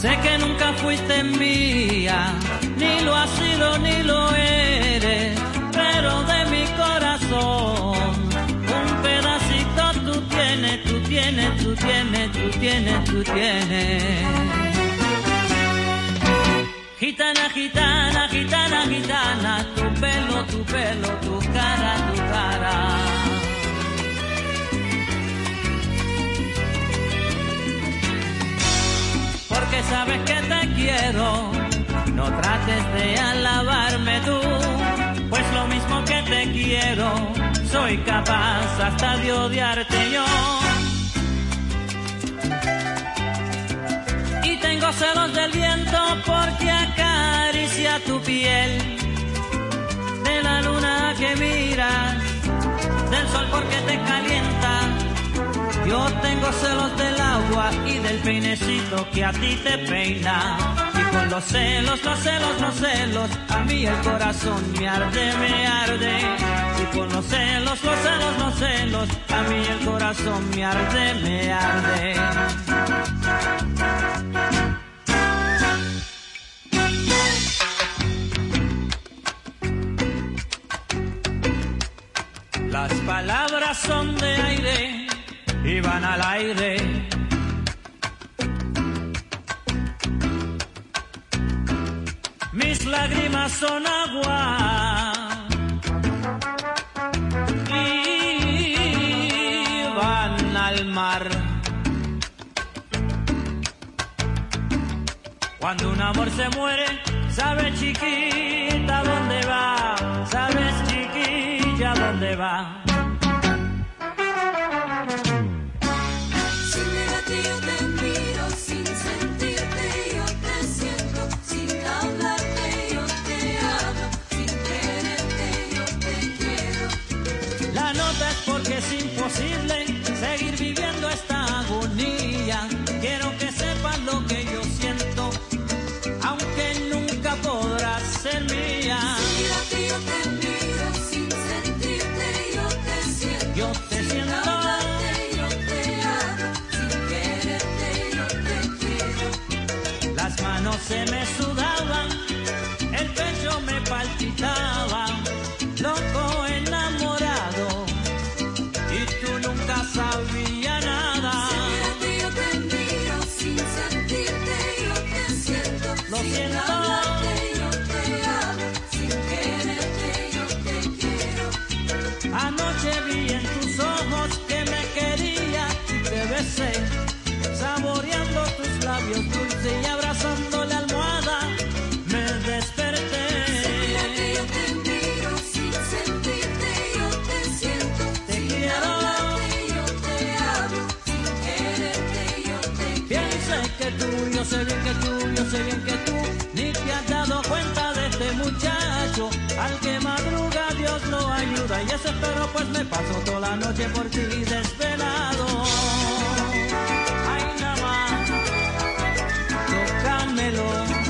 Sé que nunca fuiste mía, ni lo has sido ni lo eres, pero de mi corazón un pedacito tú tienes, tú tienes, tú tienes, tú tienes, tú tienes. Gitana, gitana, gitana, gitana, tu pelo, tu cara, tu cara. Porque sabes que te quiero, no trates de alabarme tú, pues lo mismo que te quiero, soy capaz hasta de odiarte yo. Y tengo celos del viento porque acaricia tu piel, de la luna que miras, del sol porque te calienta. Yo tengo celos del agua y del peinecito que a ti te peina. Y con los celos, los celos, los celos, a mí el corazón me arde, me arde. Y con los celos, los celos, los celos, a mí el corazón me arde, me arde. Las palabras son de aire y van al aire. Mis lágrimas son agua y van al mar. Cuando un amor se muere, sabes chiquita dónde va, sabes chiquilla dónde va. Porque es imposible seguir viviendo esta agonía. Quiero que sepas lo que yo siento, aunque nunca podrás ser mía. Mira que yo te miro sin sentirte, yo te siento. Yo te sin siento. hablarte, yo te amo. Sin quererte, yo te quiero. Las manos se me sudaban, el pecho me palpitaba, loco enamorado. Y tú nunca sabías nada. Mira que yo te miro sin sentirte, yo te siento. Lo sin siento. hablarte, yo te amo. Sin quererte, yo te quiero. Anoche vi en tus ojos que me quería y te besé, saboreando tus labios dulces y abrazando la almohada me desperté. Mira que yo te miro sin sentirte, yo te siento. Te quiero. Yo sé bien que tú, yo sé bien que tú ni te has dado cuenta de este muchacho. Al que madruga Dios lo ayuda y eso espero, pues me paso toda la noche por ti desvelado. Ay, nada más, tócamelo.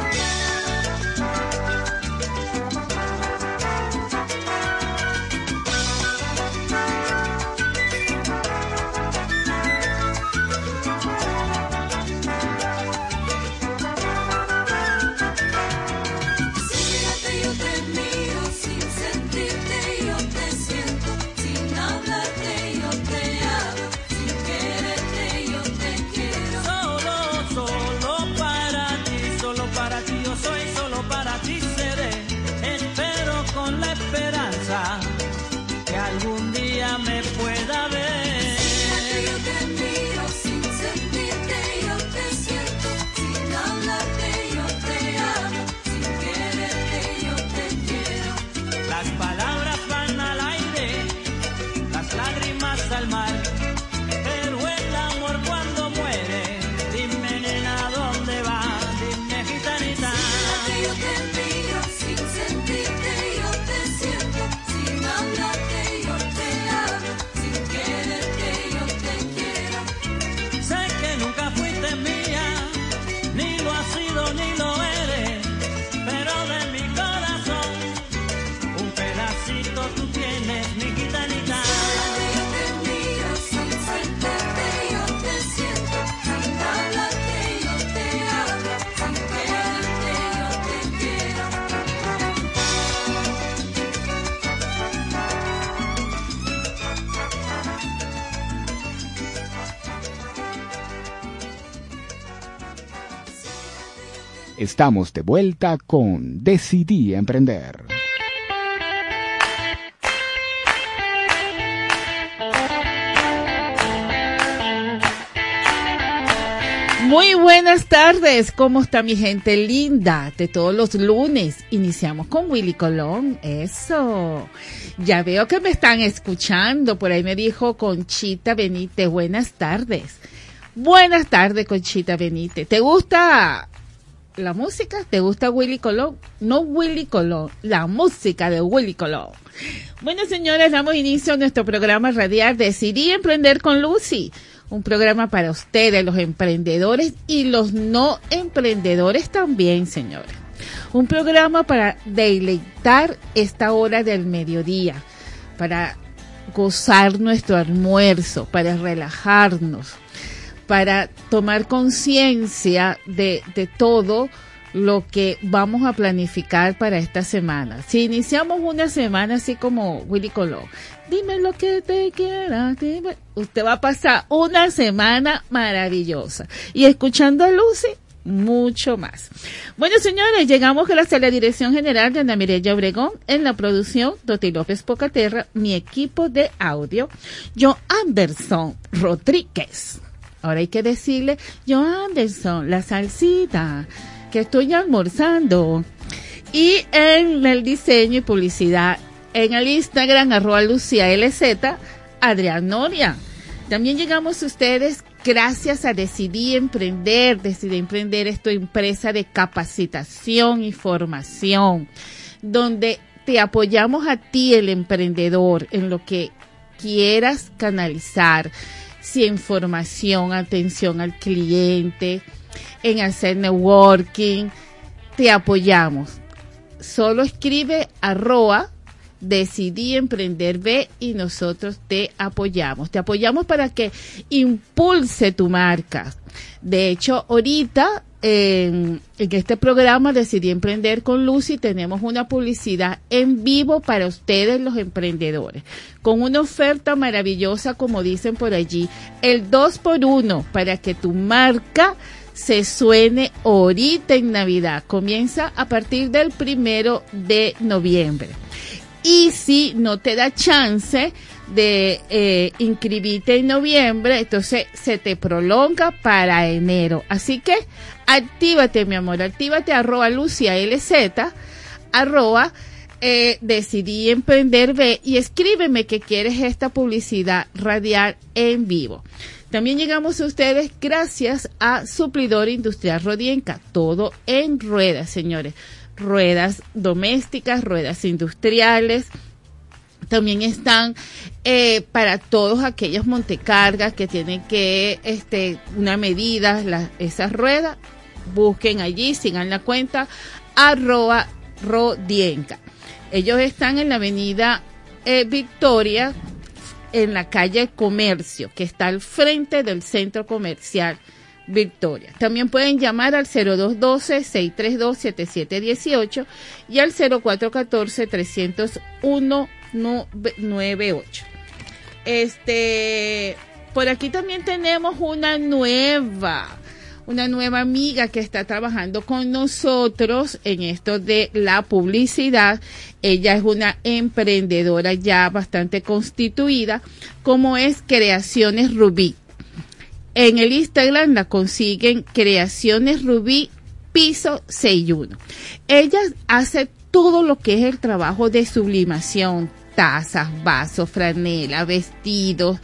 Que algún día me pueda ver. Yo te miro sin sentirte, yo te siento. Sin hablarte, yo te amo. Sin quererte, yo te quiero. Las palabras van al aire, las lágrimas al mar, pero el amor cuando muere, dime nena dónde va, dime gitanita. Yo te miro sin sentirte, yo te siento. Sin hablarte, yo te amo. Sin Estamos de vuelta con Decidí Emprender. Muy buenas tardes, ¿cómo está mi gente linda? De todos los lunes iniciamos con Willy Colón, eso. Ya veo que me están escuchando, por ahí me dijo Conchita Benítez, buenas tardes. Buenas tardes, Conchita Benítez. ¿Te gusta la música? ¿Te gusta Willy Colón? No Willy Colón, la música de Willy Colón. Bueno, señores, damos inicio a nuestro programa radial Decidí Emprender con Lucy. Un programa para ustedes, los emprendedores y los no emprendedores también, señores. Un programa para deleitar esta hora del mediodía, para gozar nuestro almuerzo, para relajarnos, para tomar conciencia de todo lo que vamos a planificar para esta semana. Si iniciamos una semana así como Willy Colón, dime lo que te quieras, dime, usted va a pasar una semana maravillosa. Y escuchando a Lucy, mucho más. Bueno, señores, llegamos gracias a la dirección general de Ana Mireya Obregón, en la producción Doti López Pocaterra, mi equipo de audio, John Anderson Rodríguez. Ahora hay que decirle, John Anderson, la salsita, que estoy almorzando. Y en el diseño y publicidad, en el Instagram, @LuciaLZ, Adrián Noria. También llegamos a ustedes gracias a Decidí Emprender. Decidí Emprender es tu empresa de capacitación y formación, donde te apoyamos a ti, el emprendedor, en lo que quieras canalizar, si en formación, atención al cliente, en hacer networking, te apoyamos. Solo escribe @Decidí Emprender B y nosotros te apoyamos. Te apoyamos para que impulse tu marca. De hecho, ahorita en este programa Decidí Emprender con Lucy tenemos una publicidad en vivo para ustedes los emprendedores, con una oferta maravillosa, como dicen por allí, el 2x1 para que tu marca se suene ahorita en Navidad. Comienza a partir del 1 de noviembre. Y si no te da chance de inscribirte en noviembre, entonces se te prolonga para enero. Así que actívate, mi amor, actívate @LuciaLZ, Decidí Emprender B y escríbeme que quieres esta publicidad radial en vivo. También llegamos a ustedes gracias a Suplidor Industrial Rodienca, todo en ruedas, señores. Ruedas domésticas, ruedas industriales. También están para todos aquellos montecargas que tienen que, una medida, esas ruedas, busquen allí, sigan la cuenta, @Rodienca. Ellos están en la avenida Victoria, en la calle Comercio, que está al frente del Centro Comercial Victoria. También pueden llamar al 0212-632-7718 y al 0414-301-98. Por aquí también tenemos una nueva amiga que está trabajando con nosotros en esto de la publicidad. Ella es una emprendedora ya bastante constituida, como es Creaciones Rubí. En el Instagram la consiguen Creaciones Rubí piso 61. Ella hace todo lo que es el trabajo de sublimación, tazas, vasos, franela, vestidos,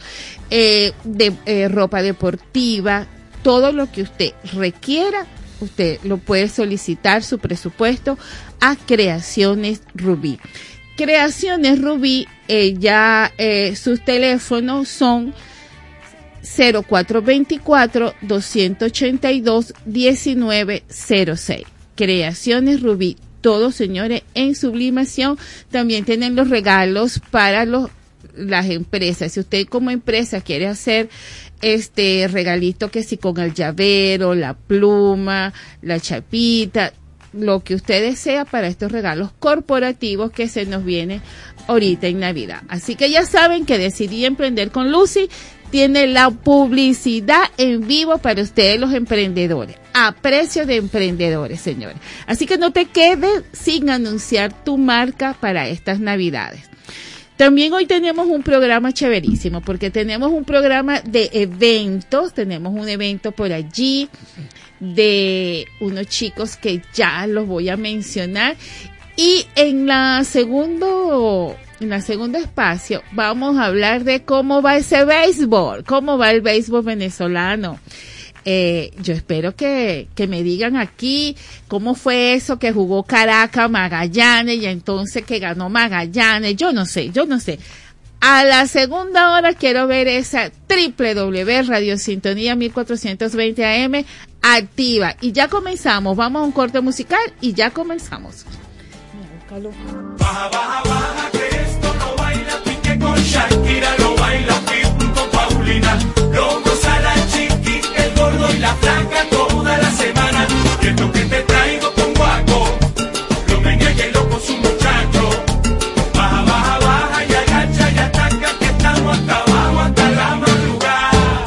ropa deportiva, todo lo que usted requiera, usted lo puede solicitar su presupuesto a Creaciones Rubí. Creaciones Rubí, sus teléfonos son 0424-282-1906. Creaciones Rubí, todos, señores, en sublimación. También tienen los regalos para las empresas. Si usted como empresa quiere hacer regalito, que si con el llavero, la pluma, la chapita, lo que usted desea para estos regalos corporativos que se nos viene ahorita en Navidad. Así que ya saben que Decidí Emprender con Lucy tiene la publicidad en vivo para ustedes los emprendedores. a precio de emprendedores, señores. Así que no te quedes sin anunciar tu marca para estas Navidades. También hoy tenemos un programa chéverísimo, porque tenemos un programa de eventos, tenemos un evento por allí de unos chicos que ya los voy a mencionar. Y en la segundo espacio vamos a hablar de cómo va ese béisbol, cómo va el béisbol venezolano. Yo espero que me digan aquí cómo fue eso que jugó Caracas, Magallanes, y entonces que ganó Magallanes. Yo no sé. A la segunda hora quiero ver esa www Radio Sintonía 1420 AM activa. Y ya comenzamos. Vamos a un corte musical y ya comenzamos. Baja, baja, baja, que esto no baila pique con Shakira, lo baila junto Paulina, lo goza la chiqui, el gordo y la flaca toda la semana. Y esto que te traigo con guaco, lo meñeque y loco su muchacho. Baja, baja, baja y agacha y ataca, que estamos hasta abajo hasta la madrugada.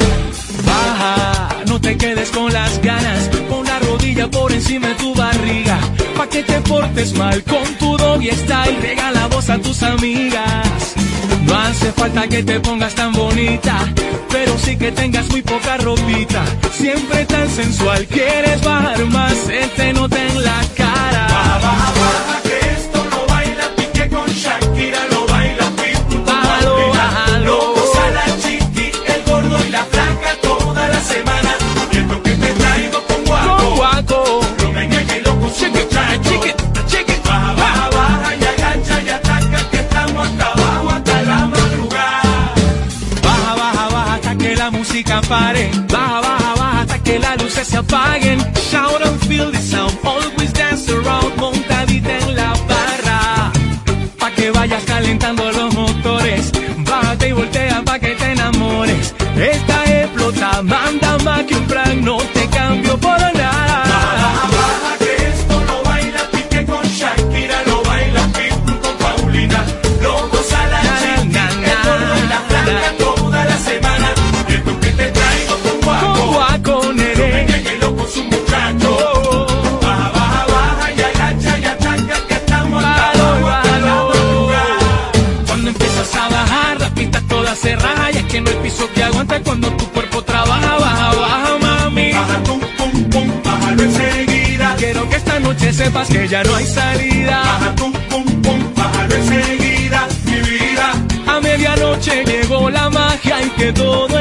Baja, no te quedes con las ganas, pon la rodilla por encima de tu barriga, pa' que te portes mal con tu doggy style, regala voz a tus amigas. No hace falta que te pongas tan bonita, pero sí que tengas muy poca ropita. Siempre tan sensual, quieres bajar más, se te nota en la cara. Baja, baja, baja, que esto no baila pique con Shakira, lo baila junto Paulina, lo goza la chiqui, el gordo y la flaca toda la semana. Y esto que te traigo con guaco, lo meñeque y loco su muchacho. Baja, baja, baja y agacha y ataca, que estamos hasta abajo hasta la madrugada. Baja, baja, baja hasta que la música pare. Baja, baja, baja hasta que las luces se apaguen. Shout and feel the sound, always dance around, montadita en la barra, pa' que vayas calentando los motores. Bájate y voltea pa' que te enamores. Esta explota, manda más que un plan, no te cambio por nada. Baja, baja, baja, que esto no baila pique con Shakira, lo baila junto Paulina, lo goza la chiqui, el gordo y la flaca toda la semana. Y esto que te traigo con guaco, nene, lo meñeque y loco su muchacho. Baja, baja, baja y agacha y ataca, que estamos hasta abajo hasta la madrugada. Cuando empiezas a bajar, la pista toda se raja, y es que no hay piso que aguante cuando tu cuerpo trabaja. Baja, baja, mami, baja, pum, pum, pum, bájalo enseguida. Quiero que esta noche sepas que ya no hay salida. Baja, pum, pum, pum, bájalo enseguida, mi vida. A medianoche llegó la magia y que todo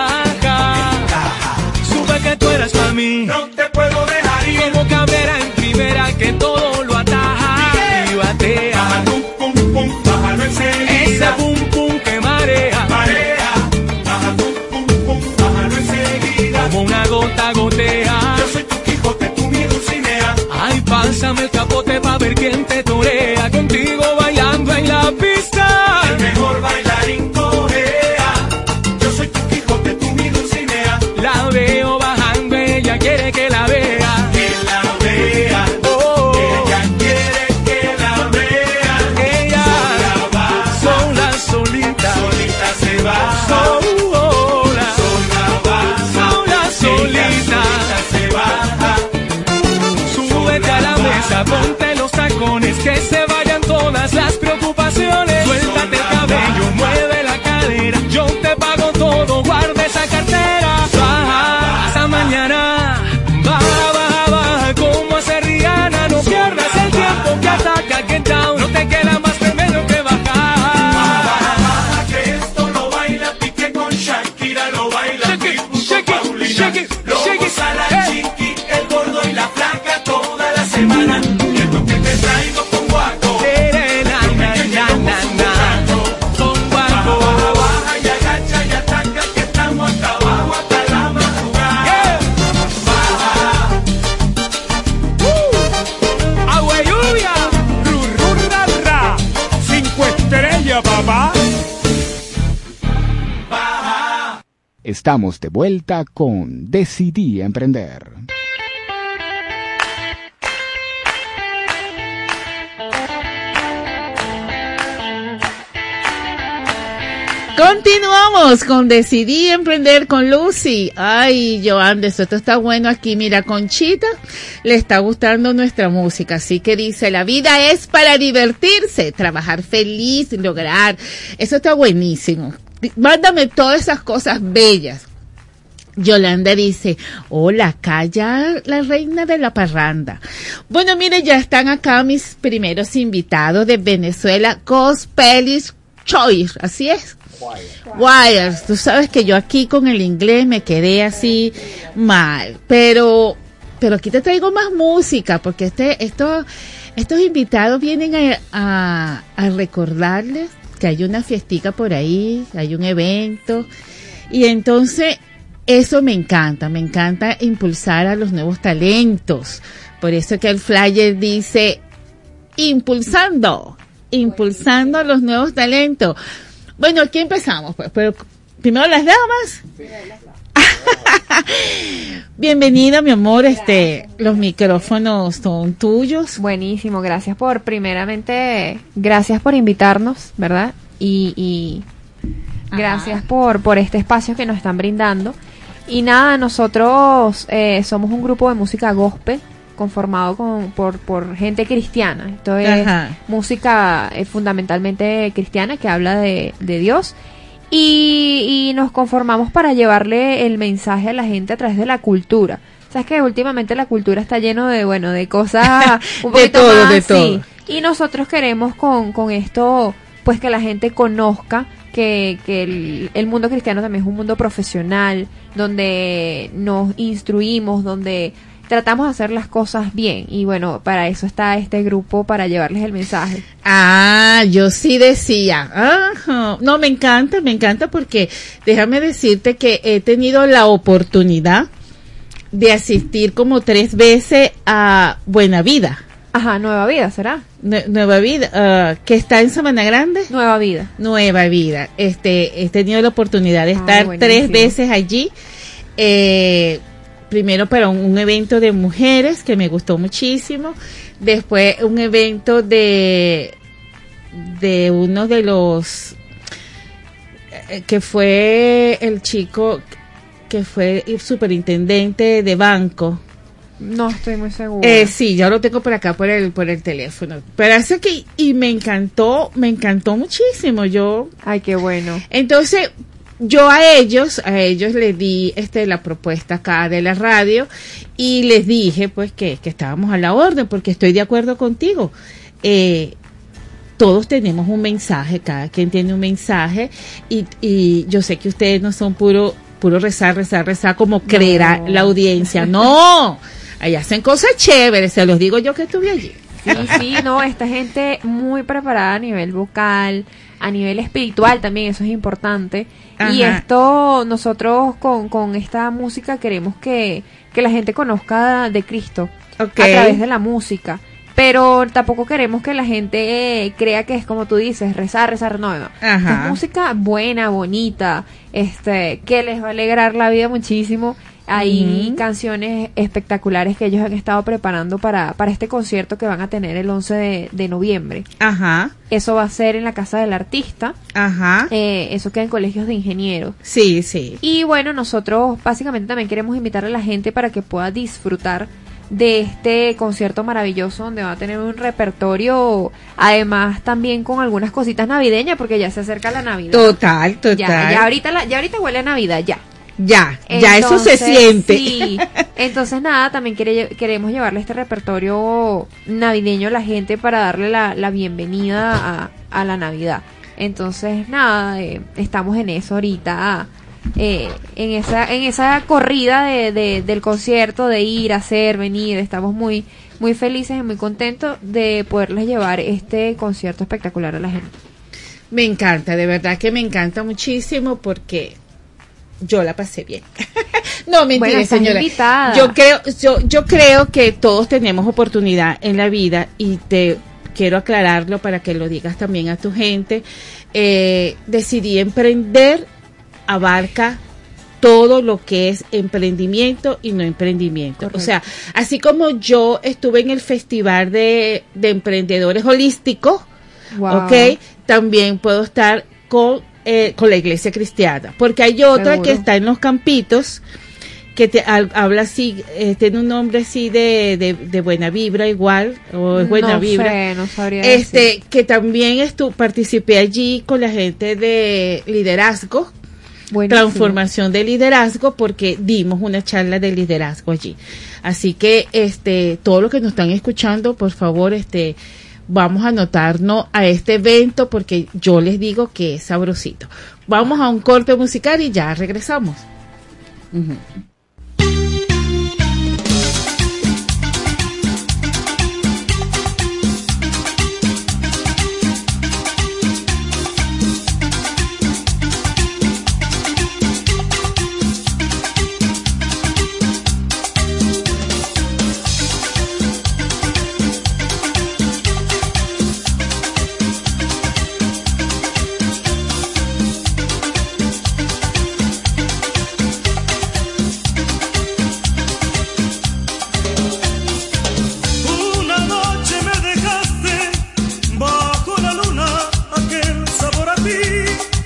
encaja. Supe que tú eras para mí, no te puedo dejar ir. Como Cabrera en primera, que todo lo ataja y batea. Baja, pum, pum, pum, bájalo enseguida. Ese pum, pum que marea. Baja, pum, pum, pum, bájalo enseguida. Como una gota gotea. Yo soy tu Quijote, tú mi Dulcinea. Ay, pásame el capote pa' ver quién te torea. Contigo bailando en la pista, el mejor bailarín corea. Yo soy tu Quijote, tú mi Dulcinea. La veo bajando, ella quiere que la vea. Que la vea, oh, ella quiere que la vea. Ella sola, solita, solita se va. Sola, sola, solita se va. Súbete a la mesa, ponte los tacones, que se vayan todas las preocupaciones. Suéltate el cabello, mueve la cadera, yo te pago todo, guarda esa cartera. Baja hasta mañana, baja, baja, baja, como hace Rihanna. No pierdas el tiempo, que ataca, get down, no te queda más remedio que bajar. Baja, baja, que esto no baila pique con Shakira, lo baila junto Paulina, lo goza la chiqui, el gordo y la flaca toda la semana. Y esto que te traigo con guaco, con guaco. Baja, baja y agacha y ataca, que estamos hasta abajo hasta la madrugada. Baja. Agua y lluvia, rurrurra, 5 estrellas, papá. Baja. Estamos de vuelta con Decidí Emprender. Continuamos con Decidí Emprender con Lucy. Ay, Joandes, esto está bueno aquí. Mira, Conchita le está gustando nuestra música, así que dice, la vida es para divertirse, trabajar feliz, lograr. Eso está buenísimo. Mándame todas esas cosas bellas. Yolanda dice, hola, calla la reina de la parranda. Bueno, mire, ya están acá mis primeros invitados de Venezuela, Gospelish Choice, así es. Wires. Tú sabes que yo aquí con el inglés me quedé así mal, pero aquí te traigo más música, porque estos invitados vienen a recordarles que hay una fiestica por ahí, hay un evento, y entonces eso me encanta impulsar a los nuevos talentos. Por eso que el flyer dice, impulsando a los nuevos talentos. Bueno, aquí empezamos, pues, pero primero las damas. Bienvenida, mi amor, los micrófonos son tuyos. Buenísimo, gracias por invitarnos, ¿verdad? Y gracias por este espacio que nos están brindando. Y nada, nosotros somos un grupo de música gospel conformado por gente cristiana. Esto es música fundamentalmente cristiana que habla de Dios. Y nos conformamos para llevarle el mensaje a la gente a través de la cultura. Sabes que últimamente la cultura está lleno de cosas un poquito más, de todo. Y nosotros queremos con esto, pues, que la gente conozca que el mundo cristiano también es un mundo profesional, donde nos instruimos, donde tratamos de hacer las cosas bien. Y bueno, para eso está este grupo, para llevarles el mensaje. Ah, yo sí decía. Ajá. No, me encanta porque déjame decirte que he tenido la oportunidad de asistir como 3 veces a Buena Vida. Ajá, Nueva Vida, ¿será? Nueva Vida, que está en Sabana Grande. Nueva Vida. He tenido la oportunidad de estar buenísimo. 3 veces allí. Primero para un evento de mujeres que me gustó muchísimo. Después un evento de uno de los que fue el chico que fue el superintendente de banco. No estoy muy segura. Sí, ya lo tengo por acá por el teléfono. Pero hace que y me encantó muchísimo. Ay, qué bueno. Entonces, yo a ellos les di la propuesta acá de la radio y les dije pues que estábamos a la orden, porque estoy de acuerdo contigo. Todos tenemos un mensaje, cada quien tiene un mensaje y yo sé que ustedes no son puro rezar como creerá la audiencia. No, ahí hacen cosas chéveres, se los digo yo que estuve allí. Sí, no, esta gente muy preparada a nivel vocal, a nivel espiritual también, eso es importante. Ajá. Y esto, nosotros con esta música queremos que la gente conozca de Cristo a través de la música. Pero tampoco queremos que la gente crea que es como tú dices, rezar, no. Ajá. Es música buena, bonita, que les va a alegrar la vida muchísimo. Hay canciones espectaculares que ellos han estado preparando para este concierto que van a tener el 11 de noviembre. Ajá. Eso va a ser en la Casa del Artista. Ajá. Eso queda en Colegios de Ingenieros. Sí, sí. Y bueno, nosotros básicamente también queremos invitar a la gente para que pueda disfrutar de este concierto maravilloso, donde va a tener un repertorio, además también con algunas cositas navideñas, porque ya se acerca la Navidad. Total. Ya ahorita huele a Navidad, ya. Ya eso se siente. Sí. Entonces nada, también queremos llevarle este repertorio navideño a la gente para darle la bienvenida a la Navidad. Entonces nada, estamos en eso ahorita, en esa corrida del concierto, de ir, hacer, venir. Estamos muy muy felices y muy contentos de poderles llevar este concierto espectacular a la gente. Me encanta, de verdad que me encanta muchísimo, porque yo la pasé bien. No, mentira, bueno, señora. Invitada. Yo creo que todos tenemos oportunidad en la vida, y te quiero aclararlo para que lo digas también a tu gente. Decidí Emprender abarca todo lo que es emprendimiento y no emprendimiento. Correcto. O sea, así como yo estuve en el Festival de Emprendedores Holísticos, wow. ¿ok? También puedo estar con con la iglesia cristiana, porque hay otra Seguro. que está en los campitos, que habla así, tiene un nombre así de buena vibra igual, o es buena no vibra. sé, no sabría decir. Que también participé allí con la gente de liderazgo, Buenísimo. transformación de liderazgo, porque dimos una charla de liderazgo allí. Así que todos los que nos están escuchando, por favor, vamos a anotarnos a este evento, porque yo les digo que es sabrosito. Vamos a un corte musical y ya regresamos. Una noche me dejaste bajo la luna, aquel sabor a ti.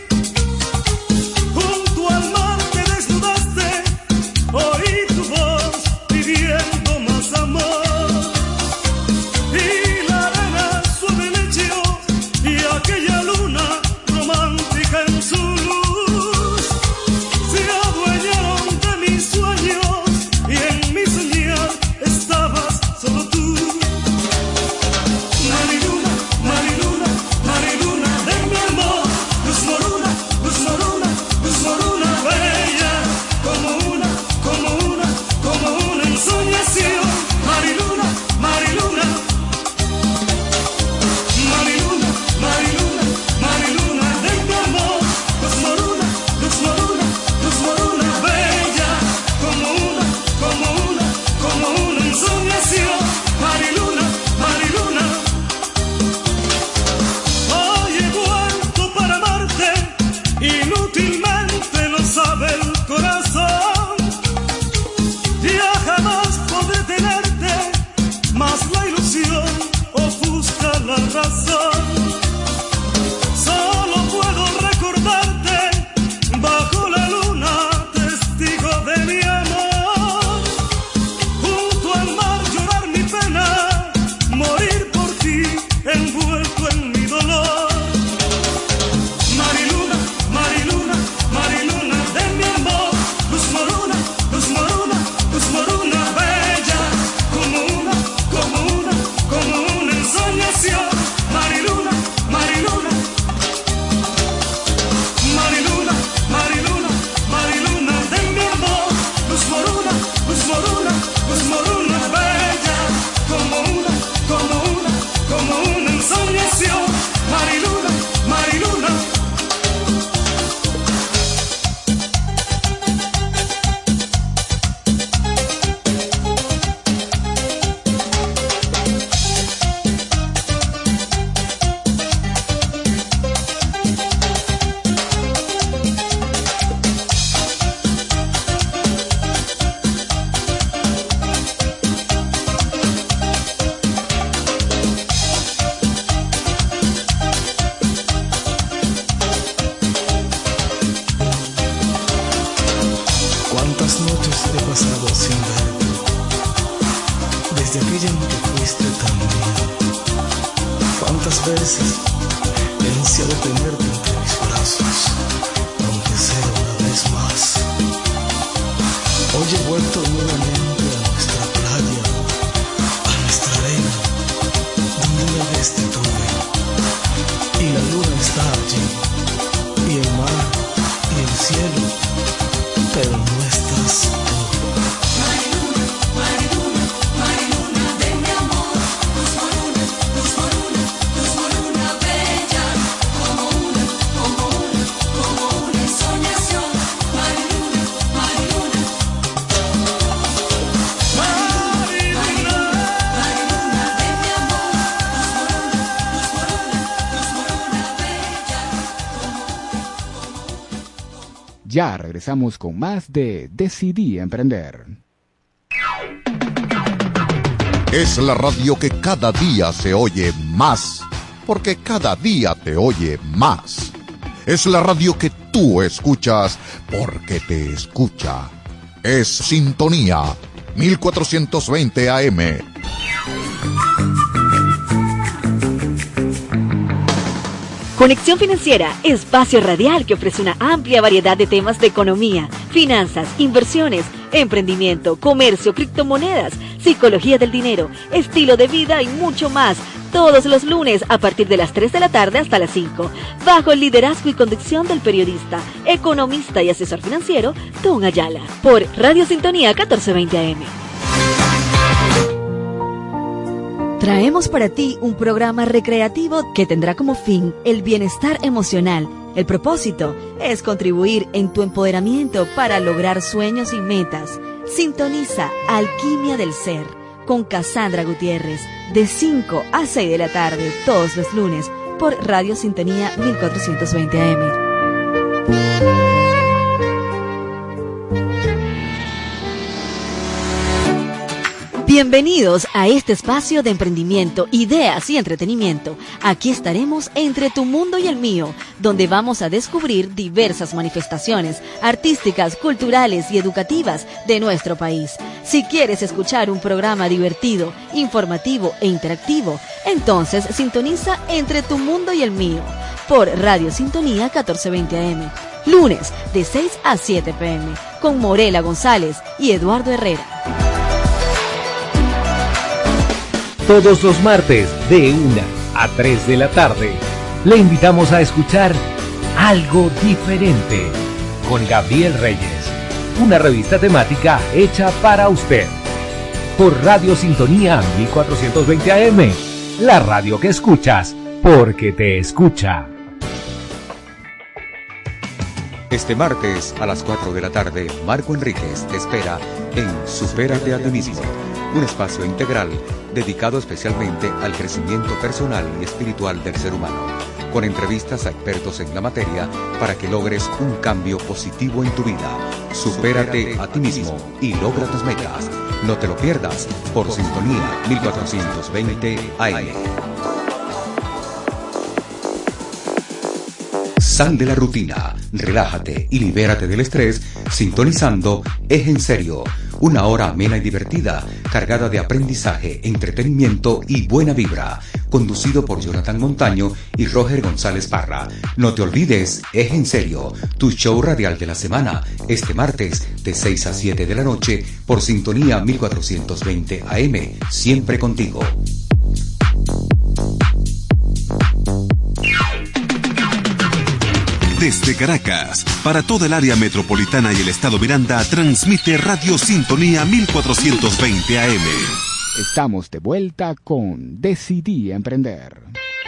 Junto al mar te desnudaste, oí tu voz pidiendo más amor. Y la arena suave lecheó y aquella luna romántica en su luz se adueñaron de mis sueños y en mi soñar estabas solo tú. Mariluna, Mariluna, Mariluna de mi amor, luz moruna, luz moruna, luz moruna bella, como una ensoñación. Mariluna, Mariluna, Mariluna, Mariluna, Mariluna de mi amor, luz moruna, luz moruna, luz moruna bella, como una ensoñación. Mariluna, Mariluna. Hoy he vuelto para amarte, inútilmente lo sabe el corazón. Ya jamás podré tenerte, mas la ilusión ofusca la razón. Solo puedo recordarte bajo la luna, testigo de mi amor. Junto al mar llorar mi pena, morir por ti, envuelto en mi dolor. Mariluna, Mariluna, Mariluna de mi amor, luz moruna, luz moruna, luz moruna bella, como una ensoñación. Mariluna, Mariluna, Mariluna, Mariluna, Mariluna de mi amor, luz moruna, luz moruna, luz moruna bella, como una ensoñación. Mariluna, Mariluna. Cuántas noches he pasado sin verte, desde aquella en que fuiste tan mía. Cuántas veces he ansiado tenerte entre mis brazos, aunque sea una vez más. Hoy he vuelto nuevamente a nuestra playa, a nuestra arena, donde una vez te tuve. Y la luna está allí, y el mar, y el cielo, pero no estás tú. Mariluna, Mariluna, Mariluna de mi amor, luz moruna, luz moruna, luz moruna bella, como una ensoñación. Mariluna, Mariluna, Mariluna, Mariluna de mi amor, luz moruna, luz moruna, luz moruna bella. Ya regresamos con más de Decidí Emprender. Es la radio que cada día se oye más, porque cada día te oye más. Es la radio que tú escuchas porque te escucha. Es Sintonía 1420 AM. Conexión Financiera, espacio radial que ofrece una amplia variedad de temas de economía, finanzas, inversiones, emprendimiento, comercio, criptomonedas, psicología del dinero, estilo de vida y mucho más. Todos los lunes a partir de las 3 de la tarde hasta las 5, bajo el liderazgo y conducción del periodista, economista y asesor financiero, Don Ayala, por Radio Sintonía 1420 AM. Traemos para ti un programa recreativo que tendrá como fin el bienestar emocional. El propósito es contribuir en tu empoderamiento para lograr sueños y metas. Sintoniza Alquimia del Ser con Cassandra Gutiérrez de 5 a 6 de la tarde todos los lunes por Radio Sintonía 1420 AM. Bienvenidos a este espacio de emprendimiento, ideas y entretenimiento. Aquí estaremos entre tu mundo y el mío, donde vamos a descubrir diversas manifestaciones artísticas, culturales y educativas de nuestro país. Si quieres escuchar un programa divertido, informativo e interactivo, entonces sintoniza Entre tu mundo y el mío por Radio Sintonía 1420 AM. Lunes de 6 a 7 p.m. con Morela González y Eduardo Herrera. Todos los martes de 1 a 3 de la tarde le invitamos a escuchar Algo Diferente con Gabriel Reyes, una revista temática hecha para usted por Radio Sintonía 1420 AM, la radio que escuchas porque te escucha. Este martes a las 4 de la tarde, Marco Enríquez te espera en Supérate a ti mismo, un espacio integral dedicado especialmente al crecimiento personal y espiritual del ser humano, con entrevistas a expertos en la materia para que logres un cambio positivo en tu vida. Supérate a ti mismo y logra tus metas. No te lo pierdas por Sintonía 1420 AM. Sal de la rutina, relájate y libérate del estrés sintonizando Es en Serio, una hora amena y divertida, cargada de aprendizaje, entretenimiento y buena vibra, conducido por Jonathan Montaño y Roger González Parra. No te olvides, Es en Serio, tu show radial de la semana, este martes de 6 a 7 de la noche por Sintonía 1420 AM, siempre contigo. Desde Caracas, para toda el área metropolitana y el estado Miranda, transmite Radio Sintonía 1420 AM. Estamos de vuelta con Decidí Emprender.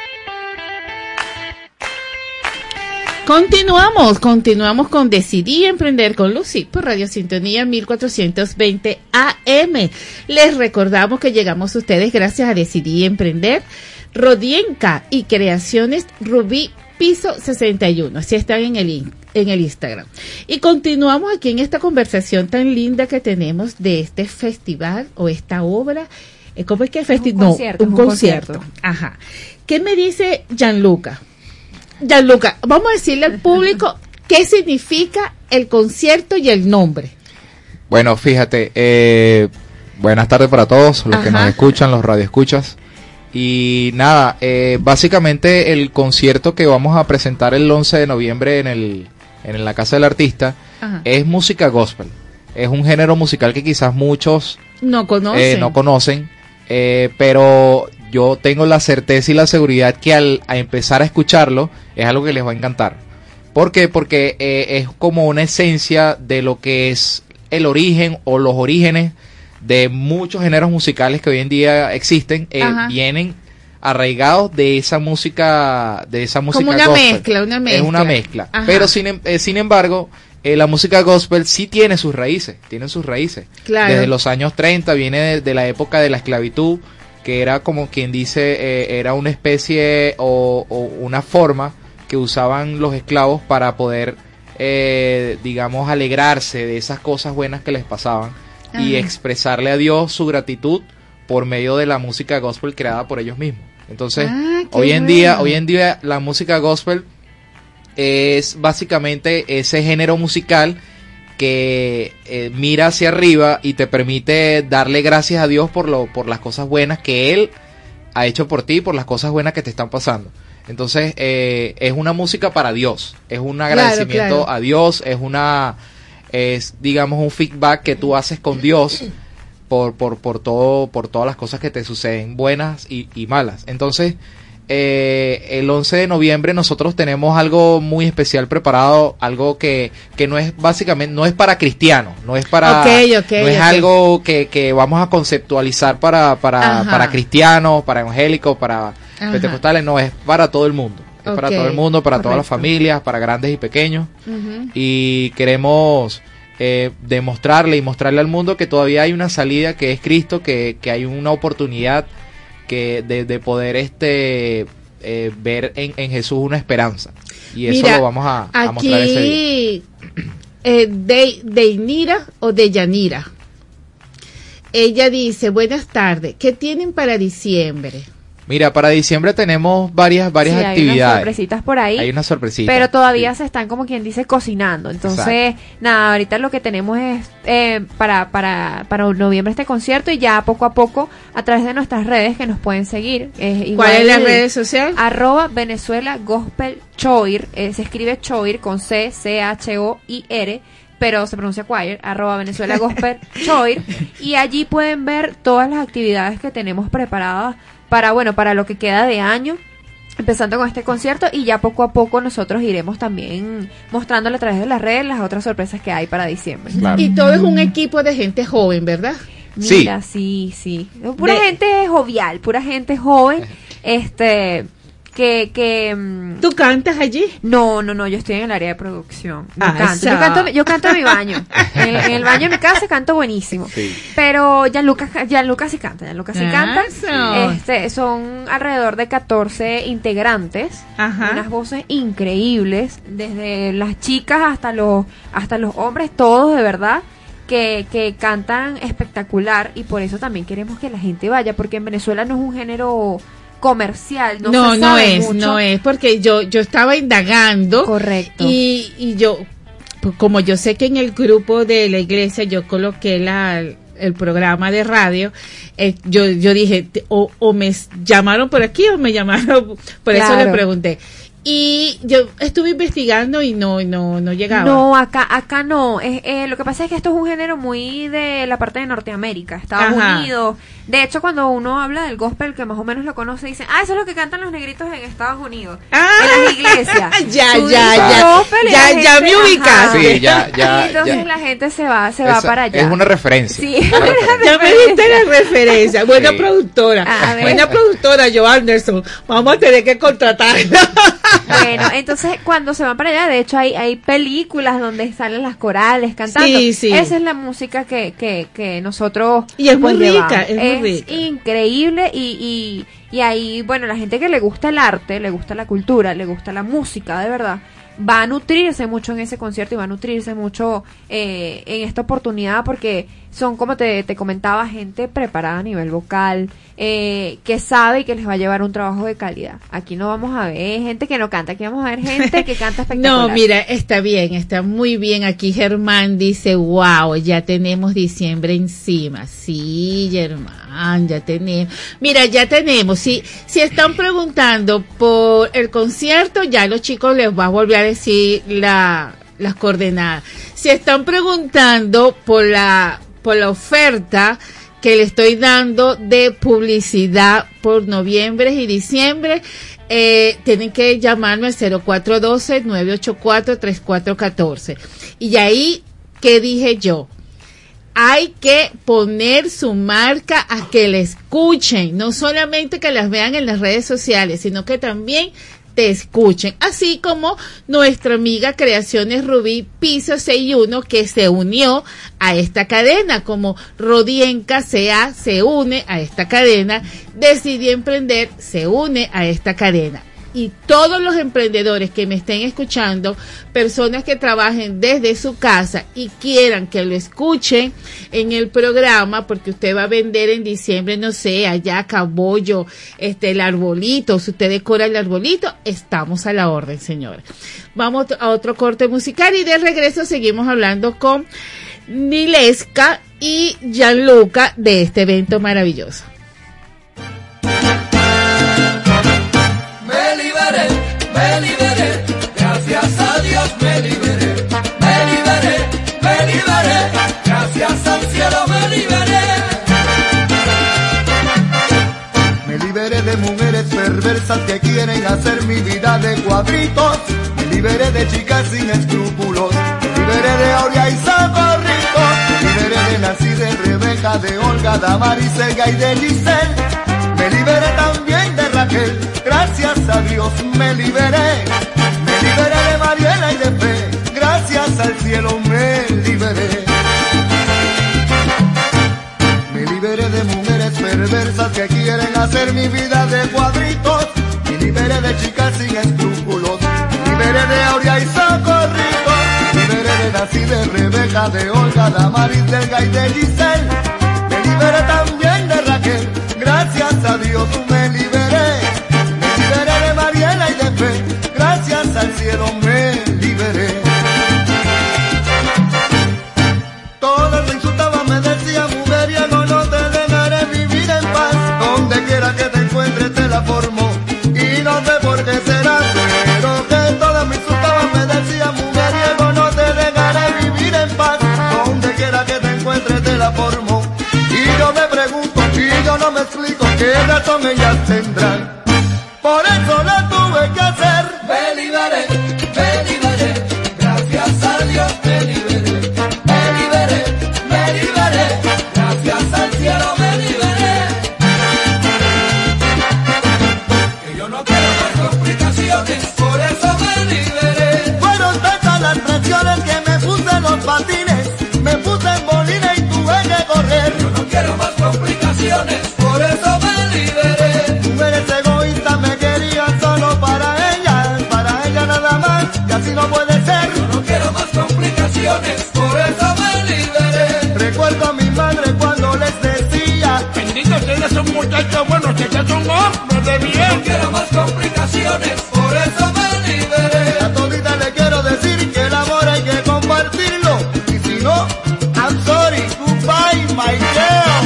Continuamos con Decidí Emprender con Lucy por Radio Sintonía 1420 AM. Les recordamos que llegamos a ustedes gracias a Decidí Emprender, Rodienka y Creaciones Rubí Piso 61, así están en el Instagram. Y continuamos aquí en esta conversación tan linda que tenemos de este festival o esta obra. ¿Cómo es que festival? No, un concierto. Ajá. ¿Qué me dice Gianluca? Gianluca, vamos a decirle al público qué significa el concierto y el nombre. Bueno, fíjate, buenas tardes para todos los que nos escuchan, los radioescuchas. Y nada, básicamente el concierto que vamos a presentar el 11 de noviembre en la Casa del Artista es música gospel. Es un género musical que quizás muchos no conocen, pero yo tengo la certeza y la seguridad que a empezar a escucharlo es algo que les va a encantar. ¿Por qué? Porque es como una esencia de lo que es el origen o los orígenes de muchos géneros musicales que hoy en día existen, vienen arraigados de esa música como una gospel. Mezcla. Es una mezcla. Pero sin embargo, la música gospel sí tiene sus raíces, Claro. Desde los años 30 viene de la época de la esclavitud, que era como quien dice, era una especie o una forma que usaban los esclavos para poder, digamos, alegrarse de esas cosas buenas que les pasaban. Y expresarle a Dios su gratitud por medio de la música gospel creada por ellos mismos. Entonces, hoy en día la música gospel es básicamente ese género musical que mira hacia arriba y te permite darle gracias a Dios por las cosas buenas que Él ha hecho por ti, por las cosas buenas que te están pasando. Entonces es una música para Dios, es un agradecimiento a Dios, es digamos un feedback que tú haces con Dios por todas las cosas que te suceden, buenas y malas. Entonces el 11 de noviembre nosotros tenemos algo muy especial preparado, algo que no es básicamente, no es para cristianos, no es para, no es algo que vamos a conceptualizar para cristianos, para evangélicos, para pentecostales, no, es para todo el mundo, es para todo el mundo, para todas las familias, para grandes y pequeños, y queremos demostrarle y mostrarle al mundo que todavía hay una salida, que es Cristo, que hay una oportunidad de poder ver en Jesús una esperanza, y eso lo vamos a mostrar ese día. Deyanira o Deyanira, ella dice: buenas tardes, ¿qué tienen para diciembre? Mira, para diciembre tenemos varias sí, actividades. Hay unas sorpresitas por ahí. Hay unas sorpresitas. Pero todavía se están, como quien dice, cocinando. Entonces, nada, ahorita lo que tenemos es para noviembre este concierto, y ya poco a poco a través de nuestras redes que nos pueden seguir. ¿Cuál es la red social? @Venezuela Gospel Choir. Se escribe Choir con CHOIR. Pero se pronuncia choir, @Venezuela Gospel Choir, y allí pueden ver todas las actividades que tenemos preparadas para lo que queda de año, empezando con este concierto, y ya poco a poco nosotros iremos también mostrándole a través de las redes las otras sorpresas que hay para diciembre. Claro. Y todo es un equipo de gente joven, ¿verdad? Mira, sí. Pura gente jovial, pura gente joven, ¿Tú cantas allí? No, yo estoy en el área de producción. Yo canto en mi baño. En el baño de mi casa canto buenísimo. Sí. Pero Gianluca sí canta. Son alrededor de 14 integrantes. Unas voces increíbles, desde las chicas hasta los hombres, todos de verdad. Que cantan espectacular, y por eso también queremos que la gente vaya, porque en Venezuela no es un género comercial, no es, porque yo estaba indagando. Correcto. Y yo, como yo sé que en el grupo de la iglesia yo coloqué el programa de radio, yo dije, o me llamaron por aquí o me llamaron, por eso le pregunté. Y yo estuve investigando y no llegaba. No, acá no. Lo que pasa es que esto es un género muy de la parte de Norteamérica, Estados Unidos. De hecho, cuando uno habla del gospel, que más o menos lo conoce, dicen, eso es lo que cantan los negritos en Estados Unidos, en las iglesias. Ya me ubicaste. Sí, ya. Entonces la gente se va para allá. Es una referencia. Sí, ya me diste la referencia. Buena productora. Buena productora, Jo Anderson. Vamos a tener que contratarla. Bueno, entonces cuando se van para allá, de hecho hay películas donde salen las corales cantando. Sí. Esa es la música que nosotros, y es muy rica, es muy rica. Increíble, y ahí, bueno, la gente que le gusta el arte, le gusta la cultura, le gusta la música, de verdad, va a nutrirse mucho en ese concierto, y va a nutrirse mucho en esta oportunidad, porque son, como te comentaba, gente preparada a nivel vocal, que sabe y que les va a llevar un trabajo de calidad. Aquí no vamos a ver gente que no canta, aquí vamos a ver gente que canta espectacular. No, mira, está bien, está muy bien. Aquí Germán dice, wow, ya tenemos diciembre encima. Sí, Germán, ya tenemos. Mira, ya tenemos. Si están preguntando por el concierto, ya los chicos les va a volver a decir las coordenadas. Si están preguntando por la oferta que le estoy dando de publicidad por noviembre y diciembre, tienen que llamarme al 0412-984-3414. Y ahí, ¿qué dije yo? Hay que poner su marca a que la escuchen, no solamente que las vean en las redes sociales, sino que también te escuchen, así como nuestra amiga Creaciones Rubí Piso 61, que se unió a esta cadena, como Rodienca CA se une a esta cadena, Decidí Emprender se une a esta cadena. y todos los emprendedores que me estén escuchando, personas que trabajen desde su casa y quieran que lo escuchen en el programa, porque usted va a vender en diciembre, no sé, hallaca, bollo, el arbolito, si usted decora el arbolito, estamos a la orden, señora. Vamos a otro corte musical y de regreso seguimos hablando con Nileska y Gianluca de este evento maravilloso. Me liberé, gracias a Dios me liberé, gracias al cielo me liberé. Me liberé de mujeres perversas que quieren hacer mi vida de cuadritos, me liberé de chicas sin escrúpulos, me liberé de Aurea y Socorrito, me liberé de Nancy, de Rebeca, de Olga, Damaris, Elga y de Giselle, me liberé también de Raquel, gracias a Dios me liberé de Mariela y de Fe, gracias al cielo me liberé. Me liberé de mujeres perversas que quieren hacer mi vida de cuadritos, me liberé de chicas sin escrúpulos, me liberé de Aurea y Socorrito, me liberé de Nancy, de Rebeca, de Olga, Damaris, de Elga y de Giselle, me liberé también de Raquel, gracias a Dios me liberé de Mariela y de Fe, gracias al cielo me liberé. Todas me insultaban, me decían mujeriego, no te dejaré vivir en paz, donde quiera que te encuentres te la formo, y no sé por qué será, pero que todas me insultaban, me decían mujeriego, no te dejaré vivir en paz, donde quiera que te encuentres te la formo, y yo me pregunto, y yo no me explico qué razón ellas tendrán. Por eso lo tuve que hacer. Me liberé, gracias a Dios me liberé, gracias al cielo me liberé. Que yo no quiero más complicaciones, por eso me liberé. Fueron tantas las presiones que me puse en los patines, me puse en bolina y tuve que correr. Yo no quiero más complicaciones, por eso me liberé. Mujeres egoístas me querían solo para ella nada más, y así no puede ser. Yo no quiero más complicaciones, por eso me liberé. Recuerdo a mi madre cuando les decía: bendito sea, son muchachos buenos, que ya son hombres de bien. Yo no quiero más complicaciones, por eso me liberé. A todita le quiero decir que el amor hay que compartirlo, y si no, I'm sorry, goodbye my girl.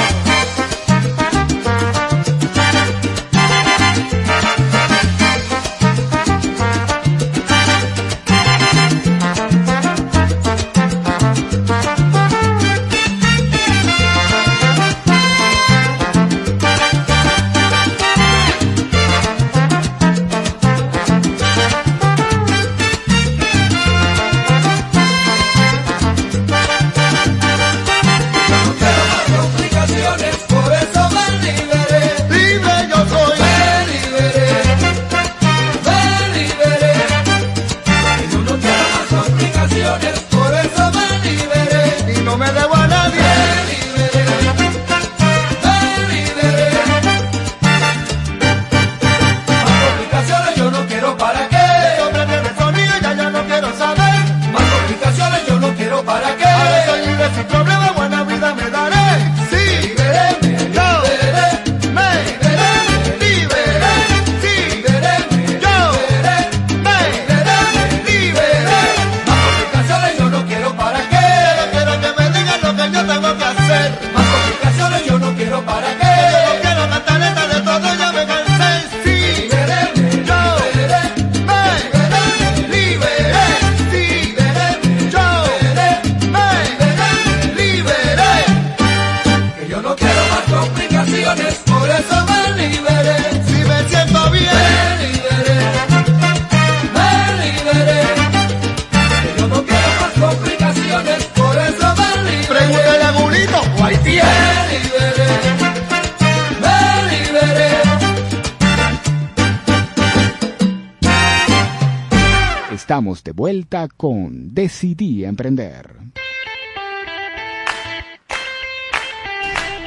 Estamos de vuelta con Decidí Emprender.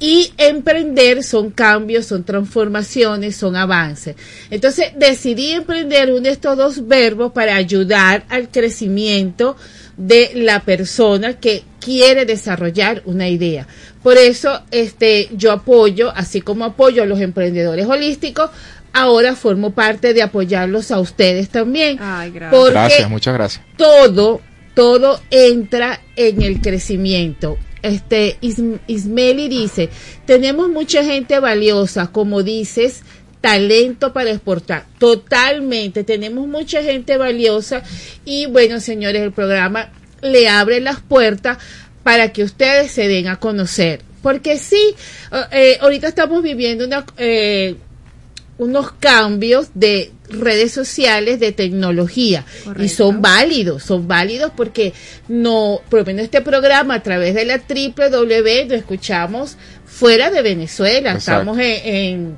Y emprender son cambios, son transformaciones, son avances. Entonces decidí emprender uno de estos dos verbos para ayudar al crecimiento de la persona que quiere desarrollar una idea. Por eso yo apoyo, así como apoyo a los emprendedores holísticos, ahora formo parte de apoyarlos a ustedes también. Ay, gracias. Porque Gracias, muchas gracias. todo entra en el crecimiento. Ismeli dice, tenemos mucha gente valiosa, como dices, talento para exportar. Totalmente, tenemos mucha gente valiosa y bueno, señores, el programa le abre las puertas para que ustedes se den a conocer. Porque sí, ahorita estamos viviendo unos cambios de redes sociales, de tecnología. Correcto. Y son válidos porque por lo menos este programa a través de la www lo escuchamos fuera de Venezuela. Exacto. Estamos en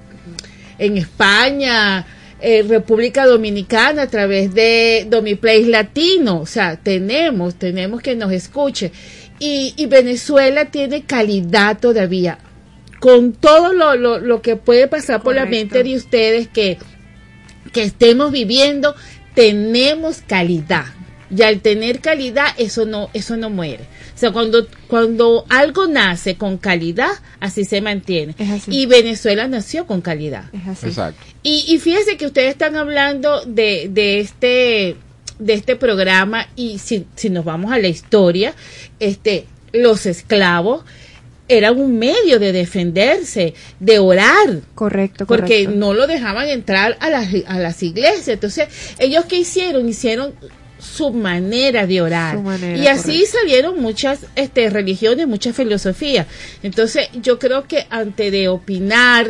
España, República Dominicana a través de Domiplace Latino, o sea, tenemos que nos escuche. Y Venezuela tiene calidad todavía. Con todo lo que puede pasar por la mente de ustedes que estemos viviendo, tenemos calidad. Y al tener calidad, eso no muere. O sea, cuando algo nace con calidad, así se mantiene. Y Venezuela nació con calidad. Es así. Exacto. Y fíjense que ustedes están hablando de este programa, y si nos vamos a la historia, los esclavos eran un medio de defenderse, de orar. Correcto. Porque no lo dejaban entrar a las iglesias. Entonces, ¿ellos qué hicieron? Hicieron su manera de orar. Y así salieron muchas religiones, muchas filosofías. Entonces, yo creo que antes de opinar,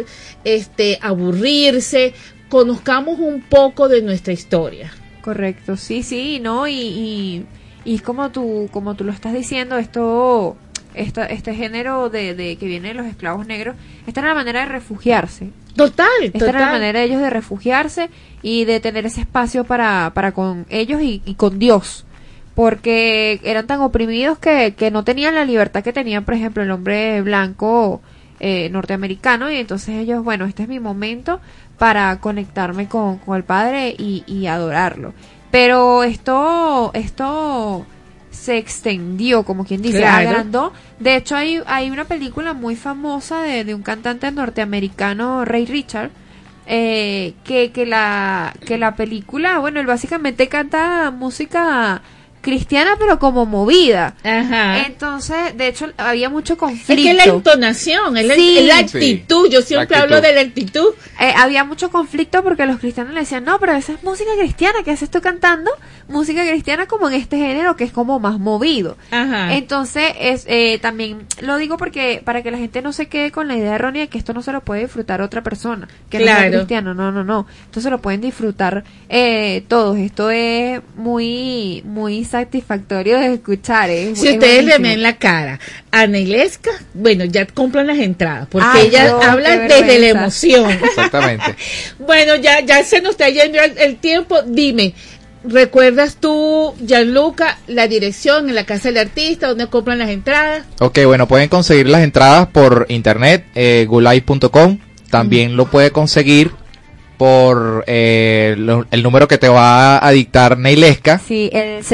aburrirse, conozcamos un poco de nuestra historia. Correcto, sí, ¿no? Y como tú lo estás diciendo, este género de que viene de los esclavos negros, esta era la manera de refugiarse. Total. Esta era la manera de ellos de refugiarse y de tener ese espacio para con ellos y con Dios, porque eran tan oprimidos que no tenían la libertad que tenían, por ejemplo, el hombre blanco norteamericano, y entonces ellos, bueno, este es mi momento para conectarme con el Padre y adorarlo. Pero esto se extendió, como quien dice, agrandó. De hecho, hay una película muy famosa de un cantante norteamericano, Ray Richard, que la película, bueno, él básicamente canta música cristiana, pero como movida. Ajá. Entonces, de hecho, había mucho conflicto. Es que la entonación, es la actitud. Yo siempre hablo de la actitud. Había mucho conflicto porque los cristianos le decían, no, pero esa es música cristiana, ¿qué haces tú cantando? Música cristiana como en este género que es como más movido. Ajá. Entonces, también lo digo porque para que la gente no se quede con la idea errónea de que esto no se lo puede disfrutar otra persona, que no es cristiano. No. Entonces lo pueden disfrutar todos. Esto es muy, muy satisfactorio de escuchar. Si ustedes le ven la cara a Neilesca, bueno, ya compran las entradas, porque ella habla desde la emoción. Exactamente. Bueno, ya se nos está yendo el tiempo. Dime, ¿recuerdas tú, Gianluca, la dirección en la Casa del Artista, donde compran las entradas? Ok, bueno, pueden conseguir las entradas por internet, gulay.com. También lo puede conseguir por el número que te va a dictar Neilesca. Sí, el